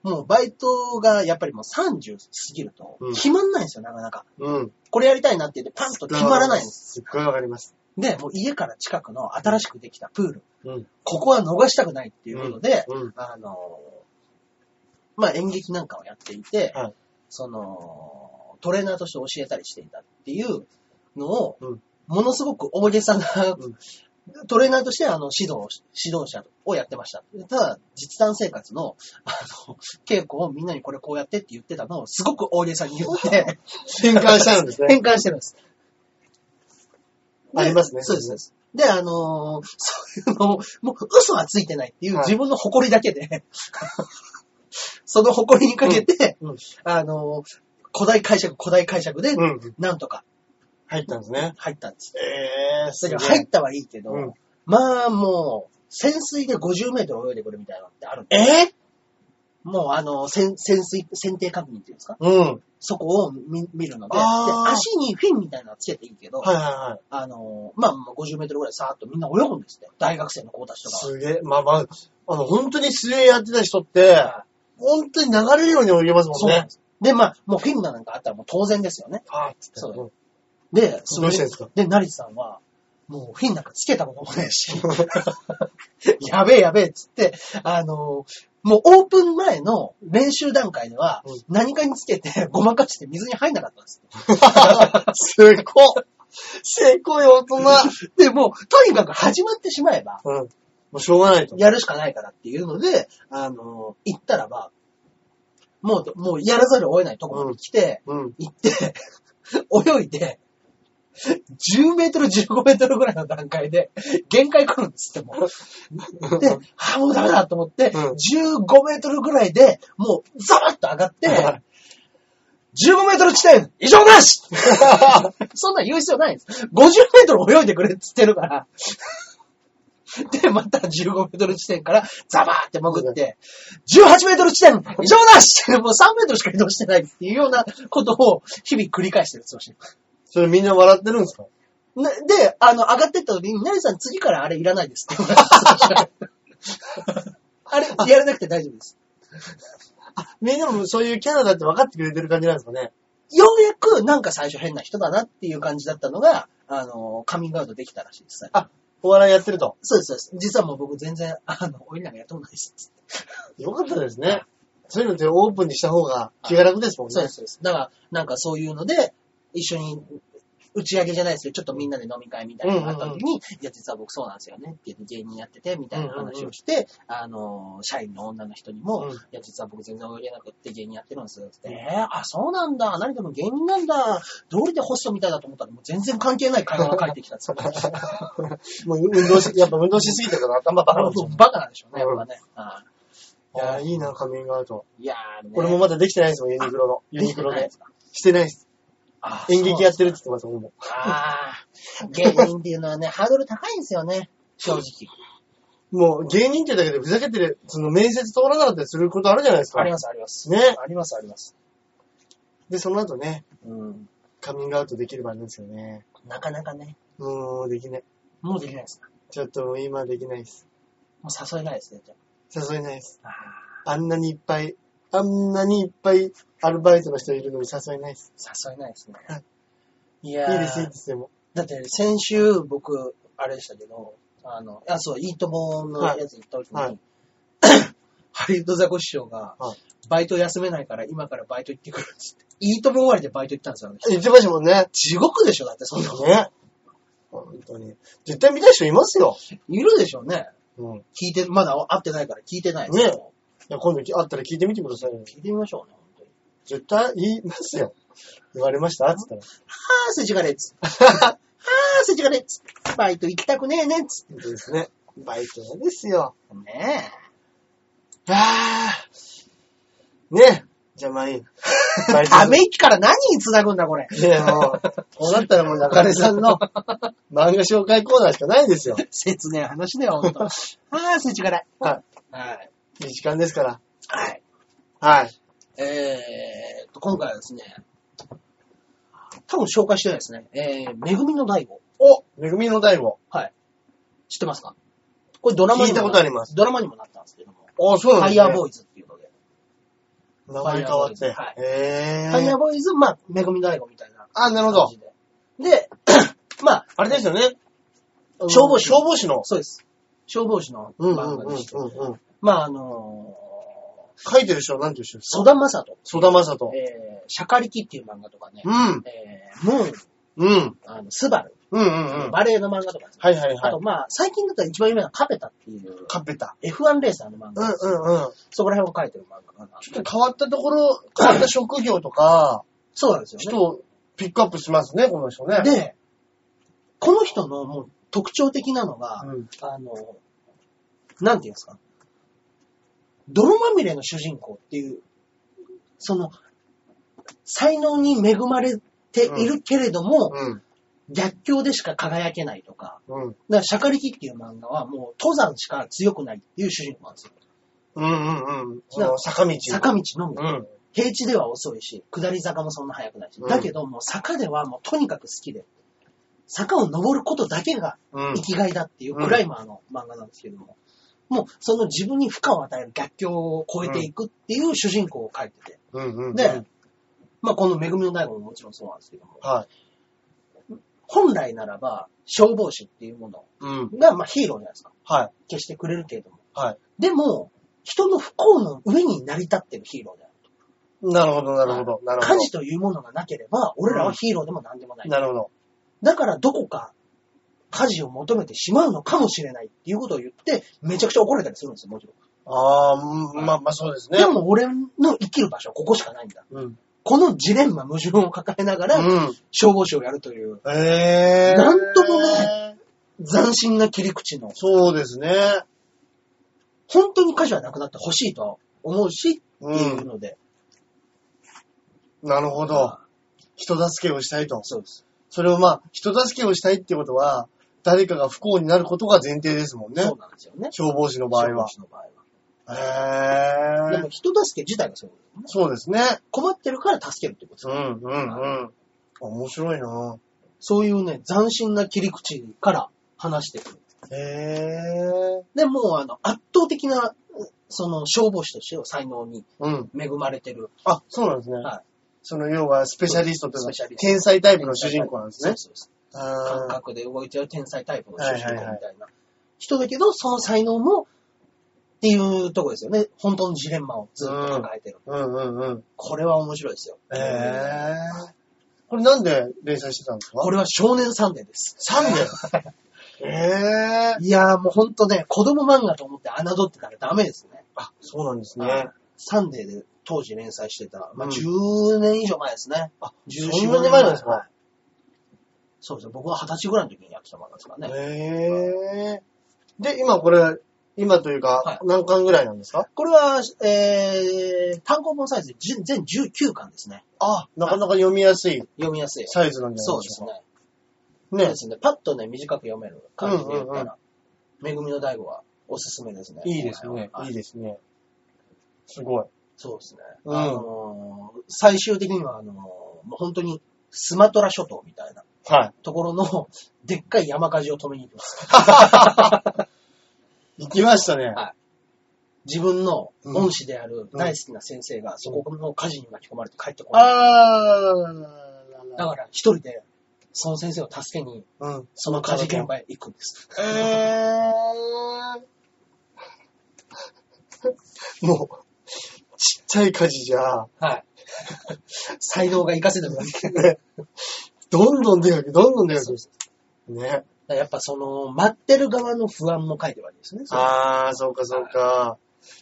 もうバイトがやっぱりもうさんじゅう過ぎると、決まんないんですよ、なかなか。うん。これやりたいなって言ってパンと決まらないんです。 すっごいわかります。 で、もう家から近くの新しくできたプール。うん。ここは逃したくないっていうことで、うんうん、あの、まあ、演劇なんかをやっていて、はい、その、トレーナーとして教えたりしていたっていうのを、うん、ものすごく大げさな、うん、トレーナーとしてあの指導、指導者をやってました。ただ、実弾生活の、あの、稽古をみんなにこれこうやってって言ってたのをすごく大げさに言って、 変換してるんですね。 変換してるんです。 ありますね。 そうです、そうです。で、あのー、そういうのを、もう嘘はついてないっていう自分の誇りだけで、はい、その誇りにかけて、うんうん、あのー、古代解釈、古代解釈で、なんとか、 入ったんですね。 入ったんです。 えー、すだから入ったはいいけど、うん、まあもう、潜水でごじゅうメートル泳いでくるみたいなのってあるんで。 えー、 もうあの、潜水、船底確認っていうんですか、 うん、そこを 見, 見るのでで、足にフィンみたいなのつけていいけど、 はいはいはい、 あの、まあごじゅうメートルぐらいさーっとみんな泳ぐんですって。大学生の子たちとか。 すげえ。まあまあ、あの、本当に水泳やってた人って、はい、本当に流れるように泳げますもんね。そうなんです。 で、まあ、もうフィンなんかあったらもう当然ですよね。 ああ、つって。 そう。で、 そどうしてんですか？ で、成田さんは、もうフィンなんかつけたこともないし、やべえやべえっつって、あの、もうオープン前の練習段階では、何かにつけてごまかして水に入んなかったんです。 すごい。せこい大人。 で、もう、とにかく始まってしまえば、 うん、もうしょうがないと。 やるしかないからっていうので、あの、行ったらば、もう、もうやらざるを得ないところに来て、うんうん、行って、泳いで、じゅうメートル、じゅうごメートルぐらいの段階で、限界来るんですってもう。で、あ、もうダメだと思って、うん、じゅうごメートルぐらいで、もうザバッと上がって、じゅうごメートル地点、異常なしそんなん言う必要ないんです。ごじゅうメートル泳いでくれって言ってるから。で、またじゅうごメートル地点からザバーって潜って、じゅうはちメートル地点、異常なしもうさんメートルしか移動してないっていうようなことを日々繰り返してるんですよ。 それみんな笑ってるんですか？ で、あの、上がってった時に、なりさん次からあれいらないですって言われて。あれ、やらなくて大丈夫です。 あ、みんなもそういうキャラだって分かってくれてる感じなんですかね？ ようやく、なんか最初変な人だなっていう感じだったのが、あの、カミングアウトできたらしいです。 あ、お笑いやってると。 そうです、そうです。実はもう僕全然、あの、おいらがやったことないです。 よかったですね。そういうのってオープンにした方が気が楽ですもんね。 そうです、そうです。だから、なんかそういうので、一緒に、打ち上げじゃないですけど、ちょっとみんなで飲み会みたいなのがあった時に、うんうんうん、いや、実は僕そうなんですよねって言って芸人やってて、みたいな話をして、うんうんうん、あの、社員の女の人にも、うん、いや、実は僕全然泳げなくって芸人やってるんですって、うん、えー、あ、そうなんだ、何でも芸人なんだ、道理でホストみたいだと思ったら、もう全然関係ない会話が返ってきたんですよ。 もう運動し、やっぱ運動しすぎてから頭バカなんでしょうね。 バカなんでしょうね、やっぱね。 うん、いや、いいな、カミングアウト。 いやー、ね、 これもまだできてないですもん、ユニクロの。ユニクロで。してないです。演劇やってるって言ってます、僕も。 ああ、芸人っていうのはね、ハードル高いんですよね、正直。 もう芸人ってだけでふざけてる、その面接通らなかったりすることあるじゃないですか。 あります、あります。 ね。 あります、あります。 で、その後ね、 うん、 カミングアウトできればいいんですよね。 なかなかね。 もうできない。 もうできないですか？ ちょっと今できないです。 もう誘えないですね、じゃあ。誘えないです。あ, あんなにいっぱい、あんなにいっぱいアルバイトの人いるのに誘えないです。 誘えないですね。 はい。 いやいいです、いいですよ。 だって先週僕、あれでしたけど、あの、あ、そう、いいとものやつ行った時に、はい、ハリウッドザコシショウが、はい、バイト休めないから今からバイト行ってくるっつって。いいとも終わりでバイト行ったんですよ。 行ってましたもんね。 地獄でしょ、だってそんなの。 ね。本当に。絶対見たい人いますよ。 いるでしょうね。 うん。 聞いて、まだ会ってないから聞いてないですよ。ね。いや、今度会ったら聞いてみてくださいよ。 聞いてみましょうね、本当に。 絶対言いますよ。言われましたつったら。はぁ、世知辛いつ。はぁ、世知辛いつ。バイト行きたくねえねつ。 そうですね。バイト嫌ですよ。 ねえ。あー。ねえ。じゃあまあいい。 ため息から何に繋ぐんだ、これ。 いや、もう、こうなったらもう中根さんの漫画紹介コーナーしかないですよ。 切ねえ話だよ、ほんと。あー、世知辛い。 はい。 はい。 いい時間ですから。 はい。 はい。 えーと、今回はですね、多分紹介してないですね。えー、めぐみの大悟。 おめぐみの大悟。 はい。知ってますか？これドラマにも。 聞いたことあります。 ドラマにもなったんですけども。 あ、そうなんですね。 ファイヤーボーイズっていうので。 名前変わって。 はい。へー。ファイヤーボーイズ、まあ、めぐみ大悟みたいな。 あ、なるほど。 で、まあ、 あれですよね。 消防士。 消防士の。 そうです。消防士の漫画でして。まあ、あのー、書いてる人は何ていう人ですか？ 曽田正人。 曽田正人。 えー、シャカリキっていう漫画とかね。 うん。 えー、ムーン。 うん。 あの、スバル。 うんうんうん。 バレエの漫画とか、ね。 はいはいはい。 あと、まあ、最近だったら一番有名なカペタっていう。 カペタ。 エフワン レーサーの漫画。 うんうんうん。 そこら辺を書いてる漫画かな。 ちょっと変わったところ、変わった職業とか、 そうなんですよね。 人をピックアップしますね、この人ね。 で、この人のもう特徴的なのが、うん、あの、なんていうんですか。泥まみれの主人公っていう、その、才能に恵まれているけれども、うんうん、逆境でしか輝けないとか、うん、だからシャカリキっていう漫画はもう登山しか強くないっていう主人公なんですよ。 うんうんうん。坂道。 坂道のみ、うん。平地では遅いし、下り坂もそんな速くないし。うん、だけどもう坂ではもうとにかく好きで、坂を登ることだけが生きがいだっていうクライマーの漫画なんですけども、もうその自分に負荷を与える逆境を超えていくっていう主人公を書いてて。うんうんうん、で、まあこのめぐみの大悟ももちろんそうなんですけども、はい、本来ならば消防士っていうものが、まあヒーローじゃないですか。はい。消してくれるけれども。はい。でも、人の不幸の上に成り立ってるヒーローであると。なるほど、なるほど、なるほど。 火事というものがなければ、俺らはヒーローでも何でもない。 うん、なるほど。 だからどこか火事を求めてしまうのかもしれないっていうことを言って、めちゃくちゃ怒られたりするんですよ、もちろん。 ああ、まあまあそうですね。 でも俺の生きる場所はここしかないんだ。うん、このジレンマ、矛盾を抱えながら、うん、消防士をやるという。へー。なんともね、斬新な切り口の。 そうですね。 本当に火事はなくなってほしいと思うし、っていうので。 うん、なるほど。人助けをしたいと。 そうです。 それをまあ、人助けをしたいってことは、誰かが不幸になることが前提ですもんね。 そうなんですよね。 消防士の場合は。消防士の場合は。へー。 でも人助け自体がそうですね。 そうですね。 困ってるから助けるってことですね。うんうんうん。面白いな。 そういうね、斬新な切り口から話してくる。へー。でも、あの、圧倒的な、その、消防士としての才能に恵まれてる。 うん、あ、そうなんですね。はい。その、要は、スペシャリストというのは、天才タイプの主人公なんですね。そうそうそう。 感覚で動いちゃう天才タイプの主人公みたいな、はいはいはい、人だけど、その才能も、っていうところですよね。本当のジレンマをずっと抱えてる。うんうんうん。これは面白いですよ。へー。これなんで連載してたんですか？ これは少年サンデーです。 サンデーへー。いやーもうほんとね、子供漫画と思って侮ってたらダメですね。 あ、そうなんですね。 サンデーで当時連載してた。まあ、じゅうねん以上前ですね。 あ、じゅうよねんまえなんですか？はい、 そうですね。僕は二十歳ぐらいの時にやってた漫画ですからね。 へー。で、今これ、今というか、はい、何巻ぐらいなんですか？ これは、えー、単行本サイズで全じゅうきゅうかんですね。 あ、なかなか読みやすい。 読みやすい。 サイズなんじゃないですか。 そうですね。ね。そうですね。パッとね、短く読める感じで言ったら、めぐみの大悟はおすすめですね。 いいですね。いいですね。すごい。 そうですね。うん、あのー、最終的には、あのー、もう本当にスマトラ諸島みたいな、はい、ところの、でっかい山火事を止めに行きます。 行きましたね。はい。 自分の恩師である大好きな先生が、そこの火事に巻き込まれて帰ってこない。あー。だから一人で、その先生を助けに、うん、その火事現場へ行くんです。えー。もう、ちっちゃい火事じゃ、はい。 才能が活かせてるわけね。 どんどん出かけ、どんどん出かけ。ね。 やっぱその、待ってる側の不安も書いてるわけですね。 あー、そうかそうか。はい、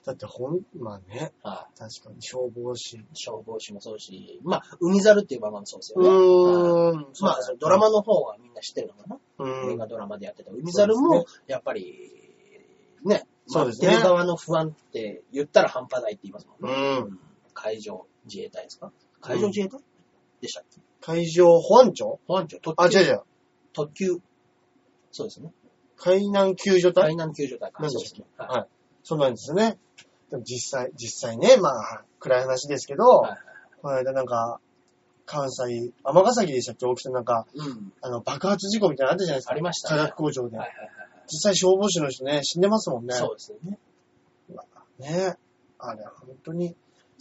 だってほん、まあね。はい、確かに消防士。 消防士もそうし、まあ、海猿っていう漫画もそうですよね。うーん。まあ、ドラマの方はみんな知ってるのかな。うん。映画ドラマでやってた海猿も、やっぱり、ね。そうですね。待ってる側の不安って言ったら半端ないって言いますもんね。うん。海上自衛隊ですか？海上自衛隊、うん、でしたっけ？ 海上保安庁？ 保安庁。特急。 あ、違う違う。 特急。そうですね。 海難救助隊？ 海難救助隊か。そうですね。 はい。はい、そうなんですね。でも実際、実際ね、まあ、暗い話ですけど、はいはい、この間なんか、関西、尼崎でしたっけ？大きさなんか、うん、あの、爆発事故みたいなのあったじゃないですか。 ありましたね。 化学工場で。はいはいはい。実際消防士の人ね、死んでますもんね。 そうですよね。 ね。あれ、本当に、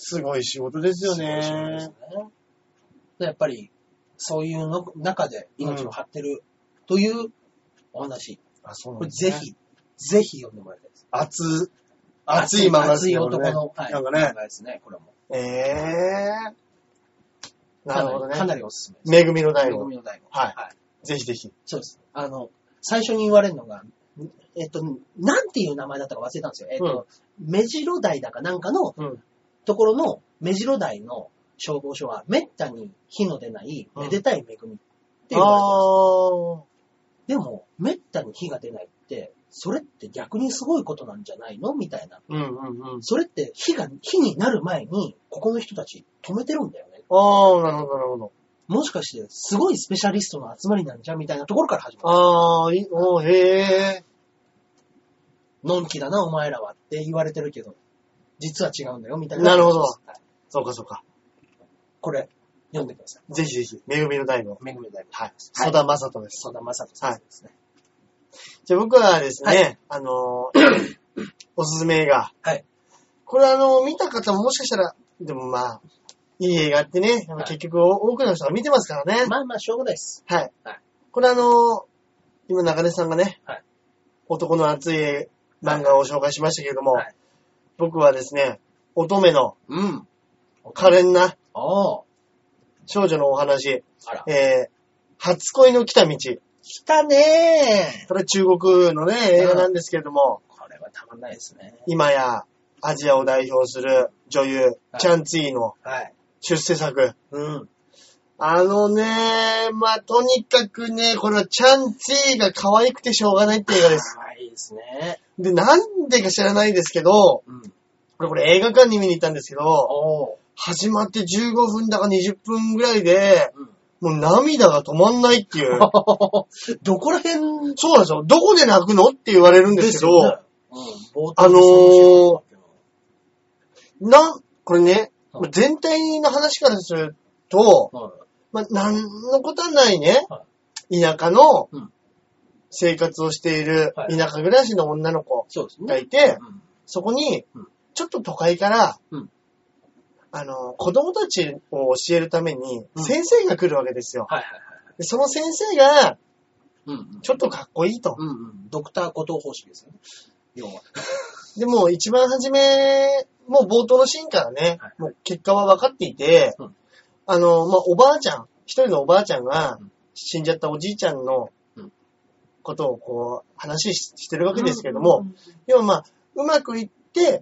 すごい仕事ですよね。すごい仕事ですね。 やっぱり、そういうの中で命を張ってるというお話。 うん、あ、そうなんですね。 これぜひ、ぜひ読んでもらいたいです。 熱、熱い漫画ですね。 熱い男の、はい、 なんかね。 漫画ですね、これも。 ええー。なるほどね。 かなりおすすめです。 めぐみの大悟。 めぐみの大悟。 はい。はい。ぜひぜひ。 そうです。あの、最初に言われるのが、えっと、なんていう名前だったか忘れたんですよ。えっと、うん、目白台だかなんかの、ところの、目白台の消防署は、めったに火の出ない、めでたい恵みって言われてます。でも、めったに火が出ないって、それって逆にすごいことなんじゃないのみたいな。 うんうんうん。 それって火が、火になる前に、ここの人たち止めてるんだよね。 ああ、なるほど、なるほど。 もしかして、すごいスペシャリストの集まりなんじゃんみたいなところから始まる。 ああ、いおへえ。 のんきだな、お前らはって言われてるけど、実は違うんだよ、みたいな。 なるほど。はい、そうか、そうか。 これ、読んでください。 ぜひぜひ、めぐみの大悟。 めぐみの大悟。 はい。曽田正人です。 曽田正人先生ですね。はい、 じゃあ僕はですね、はい、あのー、おすすめ映画。 はい。 これあのー、見た方ももしかしたら、でもまあ、いい映画ってね、はい、結局多くの人が見てますからね。 まあまあ、しょうがないです。 はい。はい、これあのー、今中根さんがね、はい、男の熱い漫画を紹介しましたけれども、はい、僕はですね、乙女の、うん。可憐な、少女のお話、あらえー、初恋の来た道。 来たねー。 これ中国のね、映画なんですけれども、 うん、これはたまんないですね。 今やアジアを代表する女優、はい、チャンツィの出世作。はい、うん。あのね、まあ、とにかくね、これはチャンツィが可愛くてしょうがないって映画です。 可愛いですね。 で、なんでか知らないですけど、うん、これこれ映画館に見に行ったんですけど、始まってじゅうごふんだかにじゅっぷんぐらいで、うん、もう涙が止まんないっていう。 どこら辺そうなんですよ。どこで泣くのって言われるんですけど、ねうん、あのー、な、これね、うん、全体の話からすると、うんまあ、なんのことはないね、はい、田舎の生活をしている田舎暮らしの女の子がいて、はいはいうん、そこに、ちょっと都会から、うんあの、子供たちを教えるために、先生が来るわけですよ。うんはいはいはい、でその先生が、ちょっとかっこいいと。 うんうん、ドクター後藤方式ですよね。要は。 でも、一番初め、もう冒頭のシーンからね、はい、もう結果は分かっていて、うん、あの、まあ、おばあちゃん、一人のおばあちゃんが、死んじゃったおじいちゃんのことをこう、話してるわけですけれども、うんうんうん、要はまあ、うまくいって、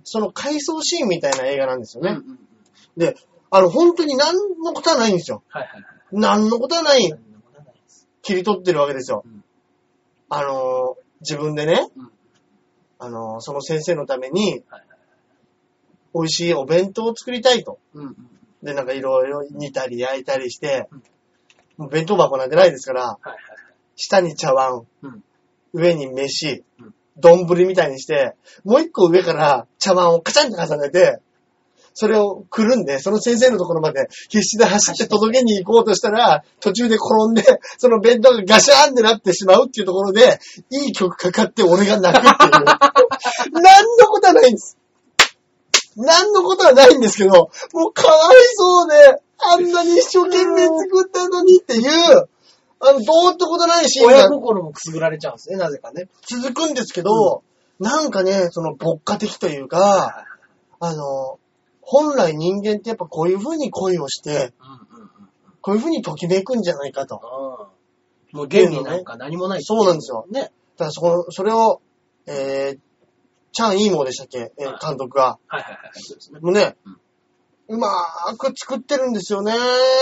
その回想シーンみたいな映画なんですよね。うんうんで、あの、本当に何のことはないんですよ。はいはいはい。何のことはない。切り取ってるわけですよ。うん、あの、自分でね、うん、あの、その先生のために、はいはい、美味しいお弁当を作りたいと。うんうん、で、なんかいろいろ煮たり焼いたりして、うん、もう弁当箱なんてないですから、はいはい、下に茶碗、うん、上に飯、丼、うん、みたいにして、もう一個上から茶碗をカチャンと重ねて、それをくるんで、その先生のところまで必死で走って届けに行こうとしたら、途中で転んで、その弁当がガシャーンってなってしまうっていうところで、いい曲かかって俺が泣くっていう。何のことはないんです。何のことはないんですけど、もうかわいそうで、あんなに一生懸命作ったのにっていう、あの、どうってことないシーンが。 親心もくすぐられちゃうんですね、なぜかね。 続くんですけど、うん、なんかね、その牧歌的というか、あの、本来人間ってやっぱこういう風に恋をして、うんうんうん、こういう風にときめくんじゃないかと。 もう原理なんか何もない、ね。 そうなんですよ。ね。だからそこの、それを、えー、チャン・イーモーでしたっけ、えー、監督が。はいはいはい。そうですね。もうね、うん、うまーく作ってるんですよね。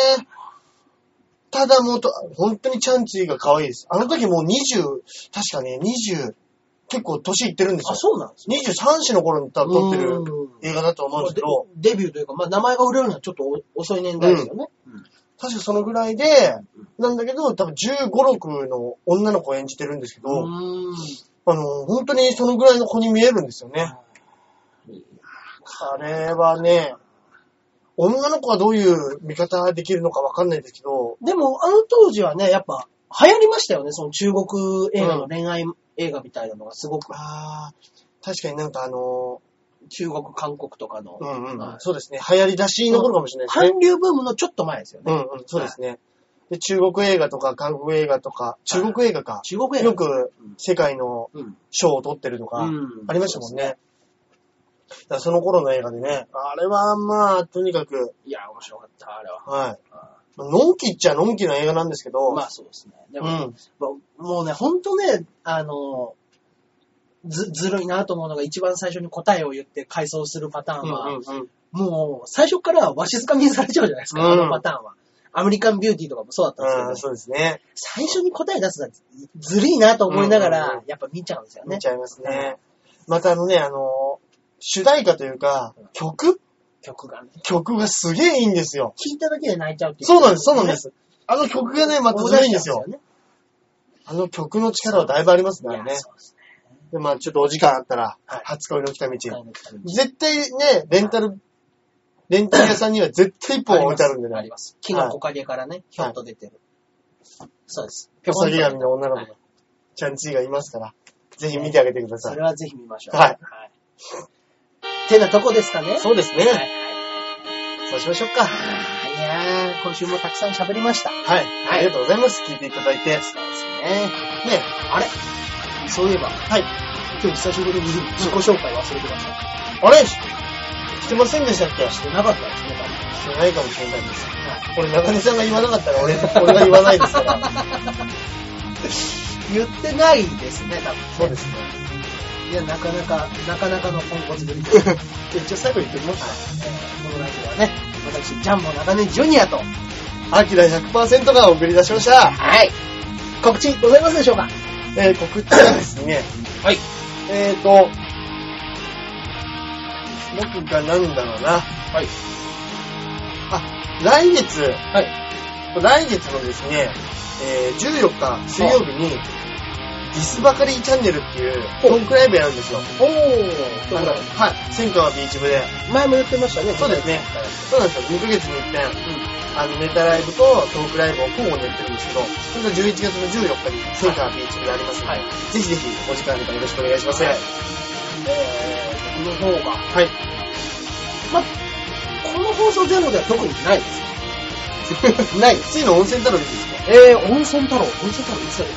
ただもうと、本当にチャンツィが可愛いです。あの時もうにじゅう、確かね、にじゅう、結構年いってるんですよ。 あ、そうなんですね。 にじゅうさんさいの頃に撮ってる映画だと思うんですけど。 デビューというか、まあ名前が売れるのはちょっと遅い年代ですよね。 うんうん、確かそのぐらいで、なんだけど、多分じゅうご、ろくの女の子を演じてるんですけど、うんあの、本当にそのぐらいの子に見えるんですよね。あれはね、女の子はどういう見方ができるのかわかんないですけど。 でも、あの当時はね、やっぱ流行りましたよね、その中国映画の恋愛映画みたいなのがすごく。 うん、ああ、確かになんかあの、 中国、韓国とかの。 うんうん。そうですね。流行り出しの頃かもしれないですね。韓流ブームのちょっと前ですよね。 うんうん。そうですね。で、中国映画とか韓国映画とか、中国映画か。 中国映画。 よく世界の賞を取ってるとか、ありましたもんね。だからその頃の映画でね、あれはまあ、とにかく。 いや、面白かった、あれは。 はい。のんきっちゃのんきな映画なんですけど。 まあそうですね。でも、うん、もうね、ほんとね、あの、ず、ずるいなと思うのが一番最初に答えを言って回想するパターンは、うんうんうん、もう最初からわしづかみにされちゃうじゃないですか、うん、あのパターンは。アメリカンビューティーとかもそうだったんですけど、 そうですね。 最初に答え出すのはずるいなと思いながら、うんうんうん、やっぱ見ちゃうんですよね。 見ちゃいますね。またあのね、あの、主題歌というか、曲曲がね。 曲がすげえいいんですよ。 聴いただけで泣いちゃうっていう、 ね。そうなんです、そうなんです。あの曲がね、またずるいんですよ。あの曲の力はだいぶありますね、ね。そうですね。で、まあちょっとお時間あったら、はい、初恋の来た道。絶対ね、レンタル、レンタル屋さんには絶対一本置いてあるんでね。 あります。木の木陰からね、ひょっと出てる。はい、そうです。 おさぎ髪の女の子が、はい、ちゃんちーがいますから、ぜひ見てあげてください。 それはぜひ見ましょう。 はい。はい。 てなとこですかね。 そうですね。はい。そうしましょうか。 いやー、今週もたくさん喋りました。 はい。ありがとうございます。聞いていただいて。そうですね。ね、あれそういえば。はい。今日久しぶりに自己紹介忘れてました。 あれしてませんでしたっけ？ してなかったですね、多分。 してないかもしれないです。はい。これ中根さんが言わなかったら俺、俺が言わないですから。 言ってないですね、多分。 そうですね。 いや、なかなか、なかなかのポンコツぶり。 一応最後言っておきます。 はい。えー、このラジオはね、私、ジャンボ中根ジュニアと、 アキラ ひゃくパーセント が送り出しました。 はい。告知ございますでしょうか？ えー、告知はですね。 はい。 えーと、僕がなんだろうな。はい。あ、来月。はい。来月のですね、えー、じゅうよっか水曜日に、ディスバカリーチャンネルっていうトークライブやるんですよ。 おー。 あの、はい。千川ビーチ部で。 前も言ってましたね。 そうですね。そうなんですよ。にかげつに一遍、うん、あの、ネタライブとトークライブを交互にやってるんですけど、それがじゅういちがつのじゅうよっかに千川ビーチ部でありますので、はい、ぜひぜひお時間あればよろしくお願いします。はい。 えー、僕の方が。 はい。 ま、この放送前後では特にないです。ないです。 次の温泉太郎いつですか？ えー、温泉太郎。温泉太郎いつだろう？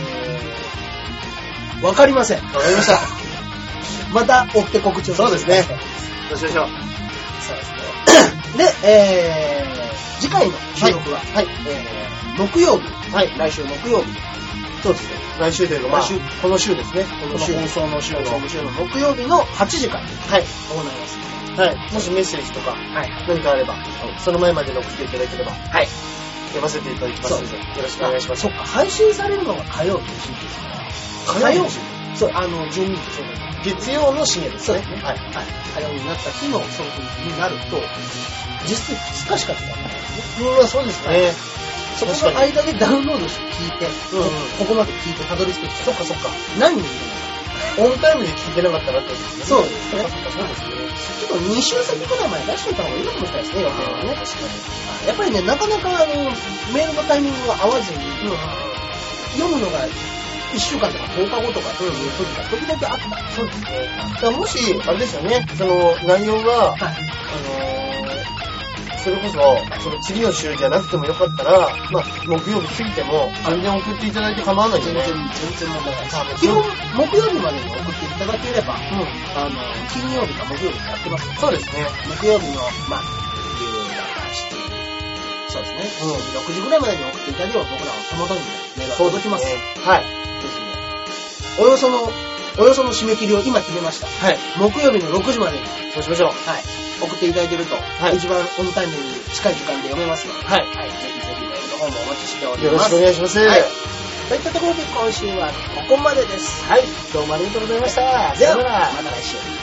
えー、わかりません。 わかりました。 また追って告知を。 そうですね。どうしましょう。 そうですね。で、えー、次回の収録は、はい、はい、えー、木曜日。はい。来週木曜日。 そうですね。来週というか、まあ、この週ですね。 この週。放送の週の木曜日のはちじから。はい。行います。 はい。もしメッセージとか、はい。何かあれば、その前までに送っていただければ。はい。読ませていただきますので、よろしくお願いします。 そっか、配信されるのが火曜日の深夜ですから。火曜日そう、あの、じゅうににちそうです。 月曜の深夜ですね。 はい。はい。火曜日になった日のそういう風になると、実質ふつかしか使わないですね。 うん、そうですね。 そこの間でダウンロードして聞いて、うんうん、ここまで聞いてたどり着く人。 そっかそっか。 何人いるのか。オンタイムで聞いてなかったらってことですね。 そうですね。そうですね。ちょっとに週先くらい前出しといた方がいいかもしれないですね、予定はね。確かに。やっぱりね、なかなかあの、メールのタイミングが合わずに、うん、読むのがいっしゅうかんとかとおかごとかっていう時が時々あった。 そうですね。だからもし、あれですよね、その内容が、はい、あのー、それこそ、その次の週じゃなくてもよかったら、まあ、木曜日過ぎても、全然送っていただいて構わないんでね。 全然、全然問題ないです。基本、木曜日までに送っていただければ、うん、あの、金曜日か木曜日やってます、ね。 そうですね。 木曜日の、まあ、夕方しちじ、そうですね。うん。ろくじぐらいまでに送っていただければ、僕らは手元にメールが届きます。ね、 はい。 ですね。およその、およその締め切りを今決めました。はい。木曜日のろくじまでに。 そうしましょう。 はい。送っていただけると、はい、一番オンタイムに近い時間で読めますので、はい。はい。ぜひぜひメールの方もお待ちしております。 よろしくお願いします。はい。 といったところで今週はここまでです。 はい。どうもありがとうございました。 では、また来週。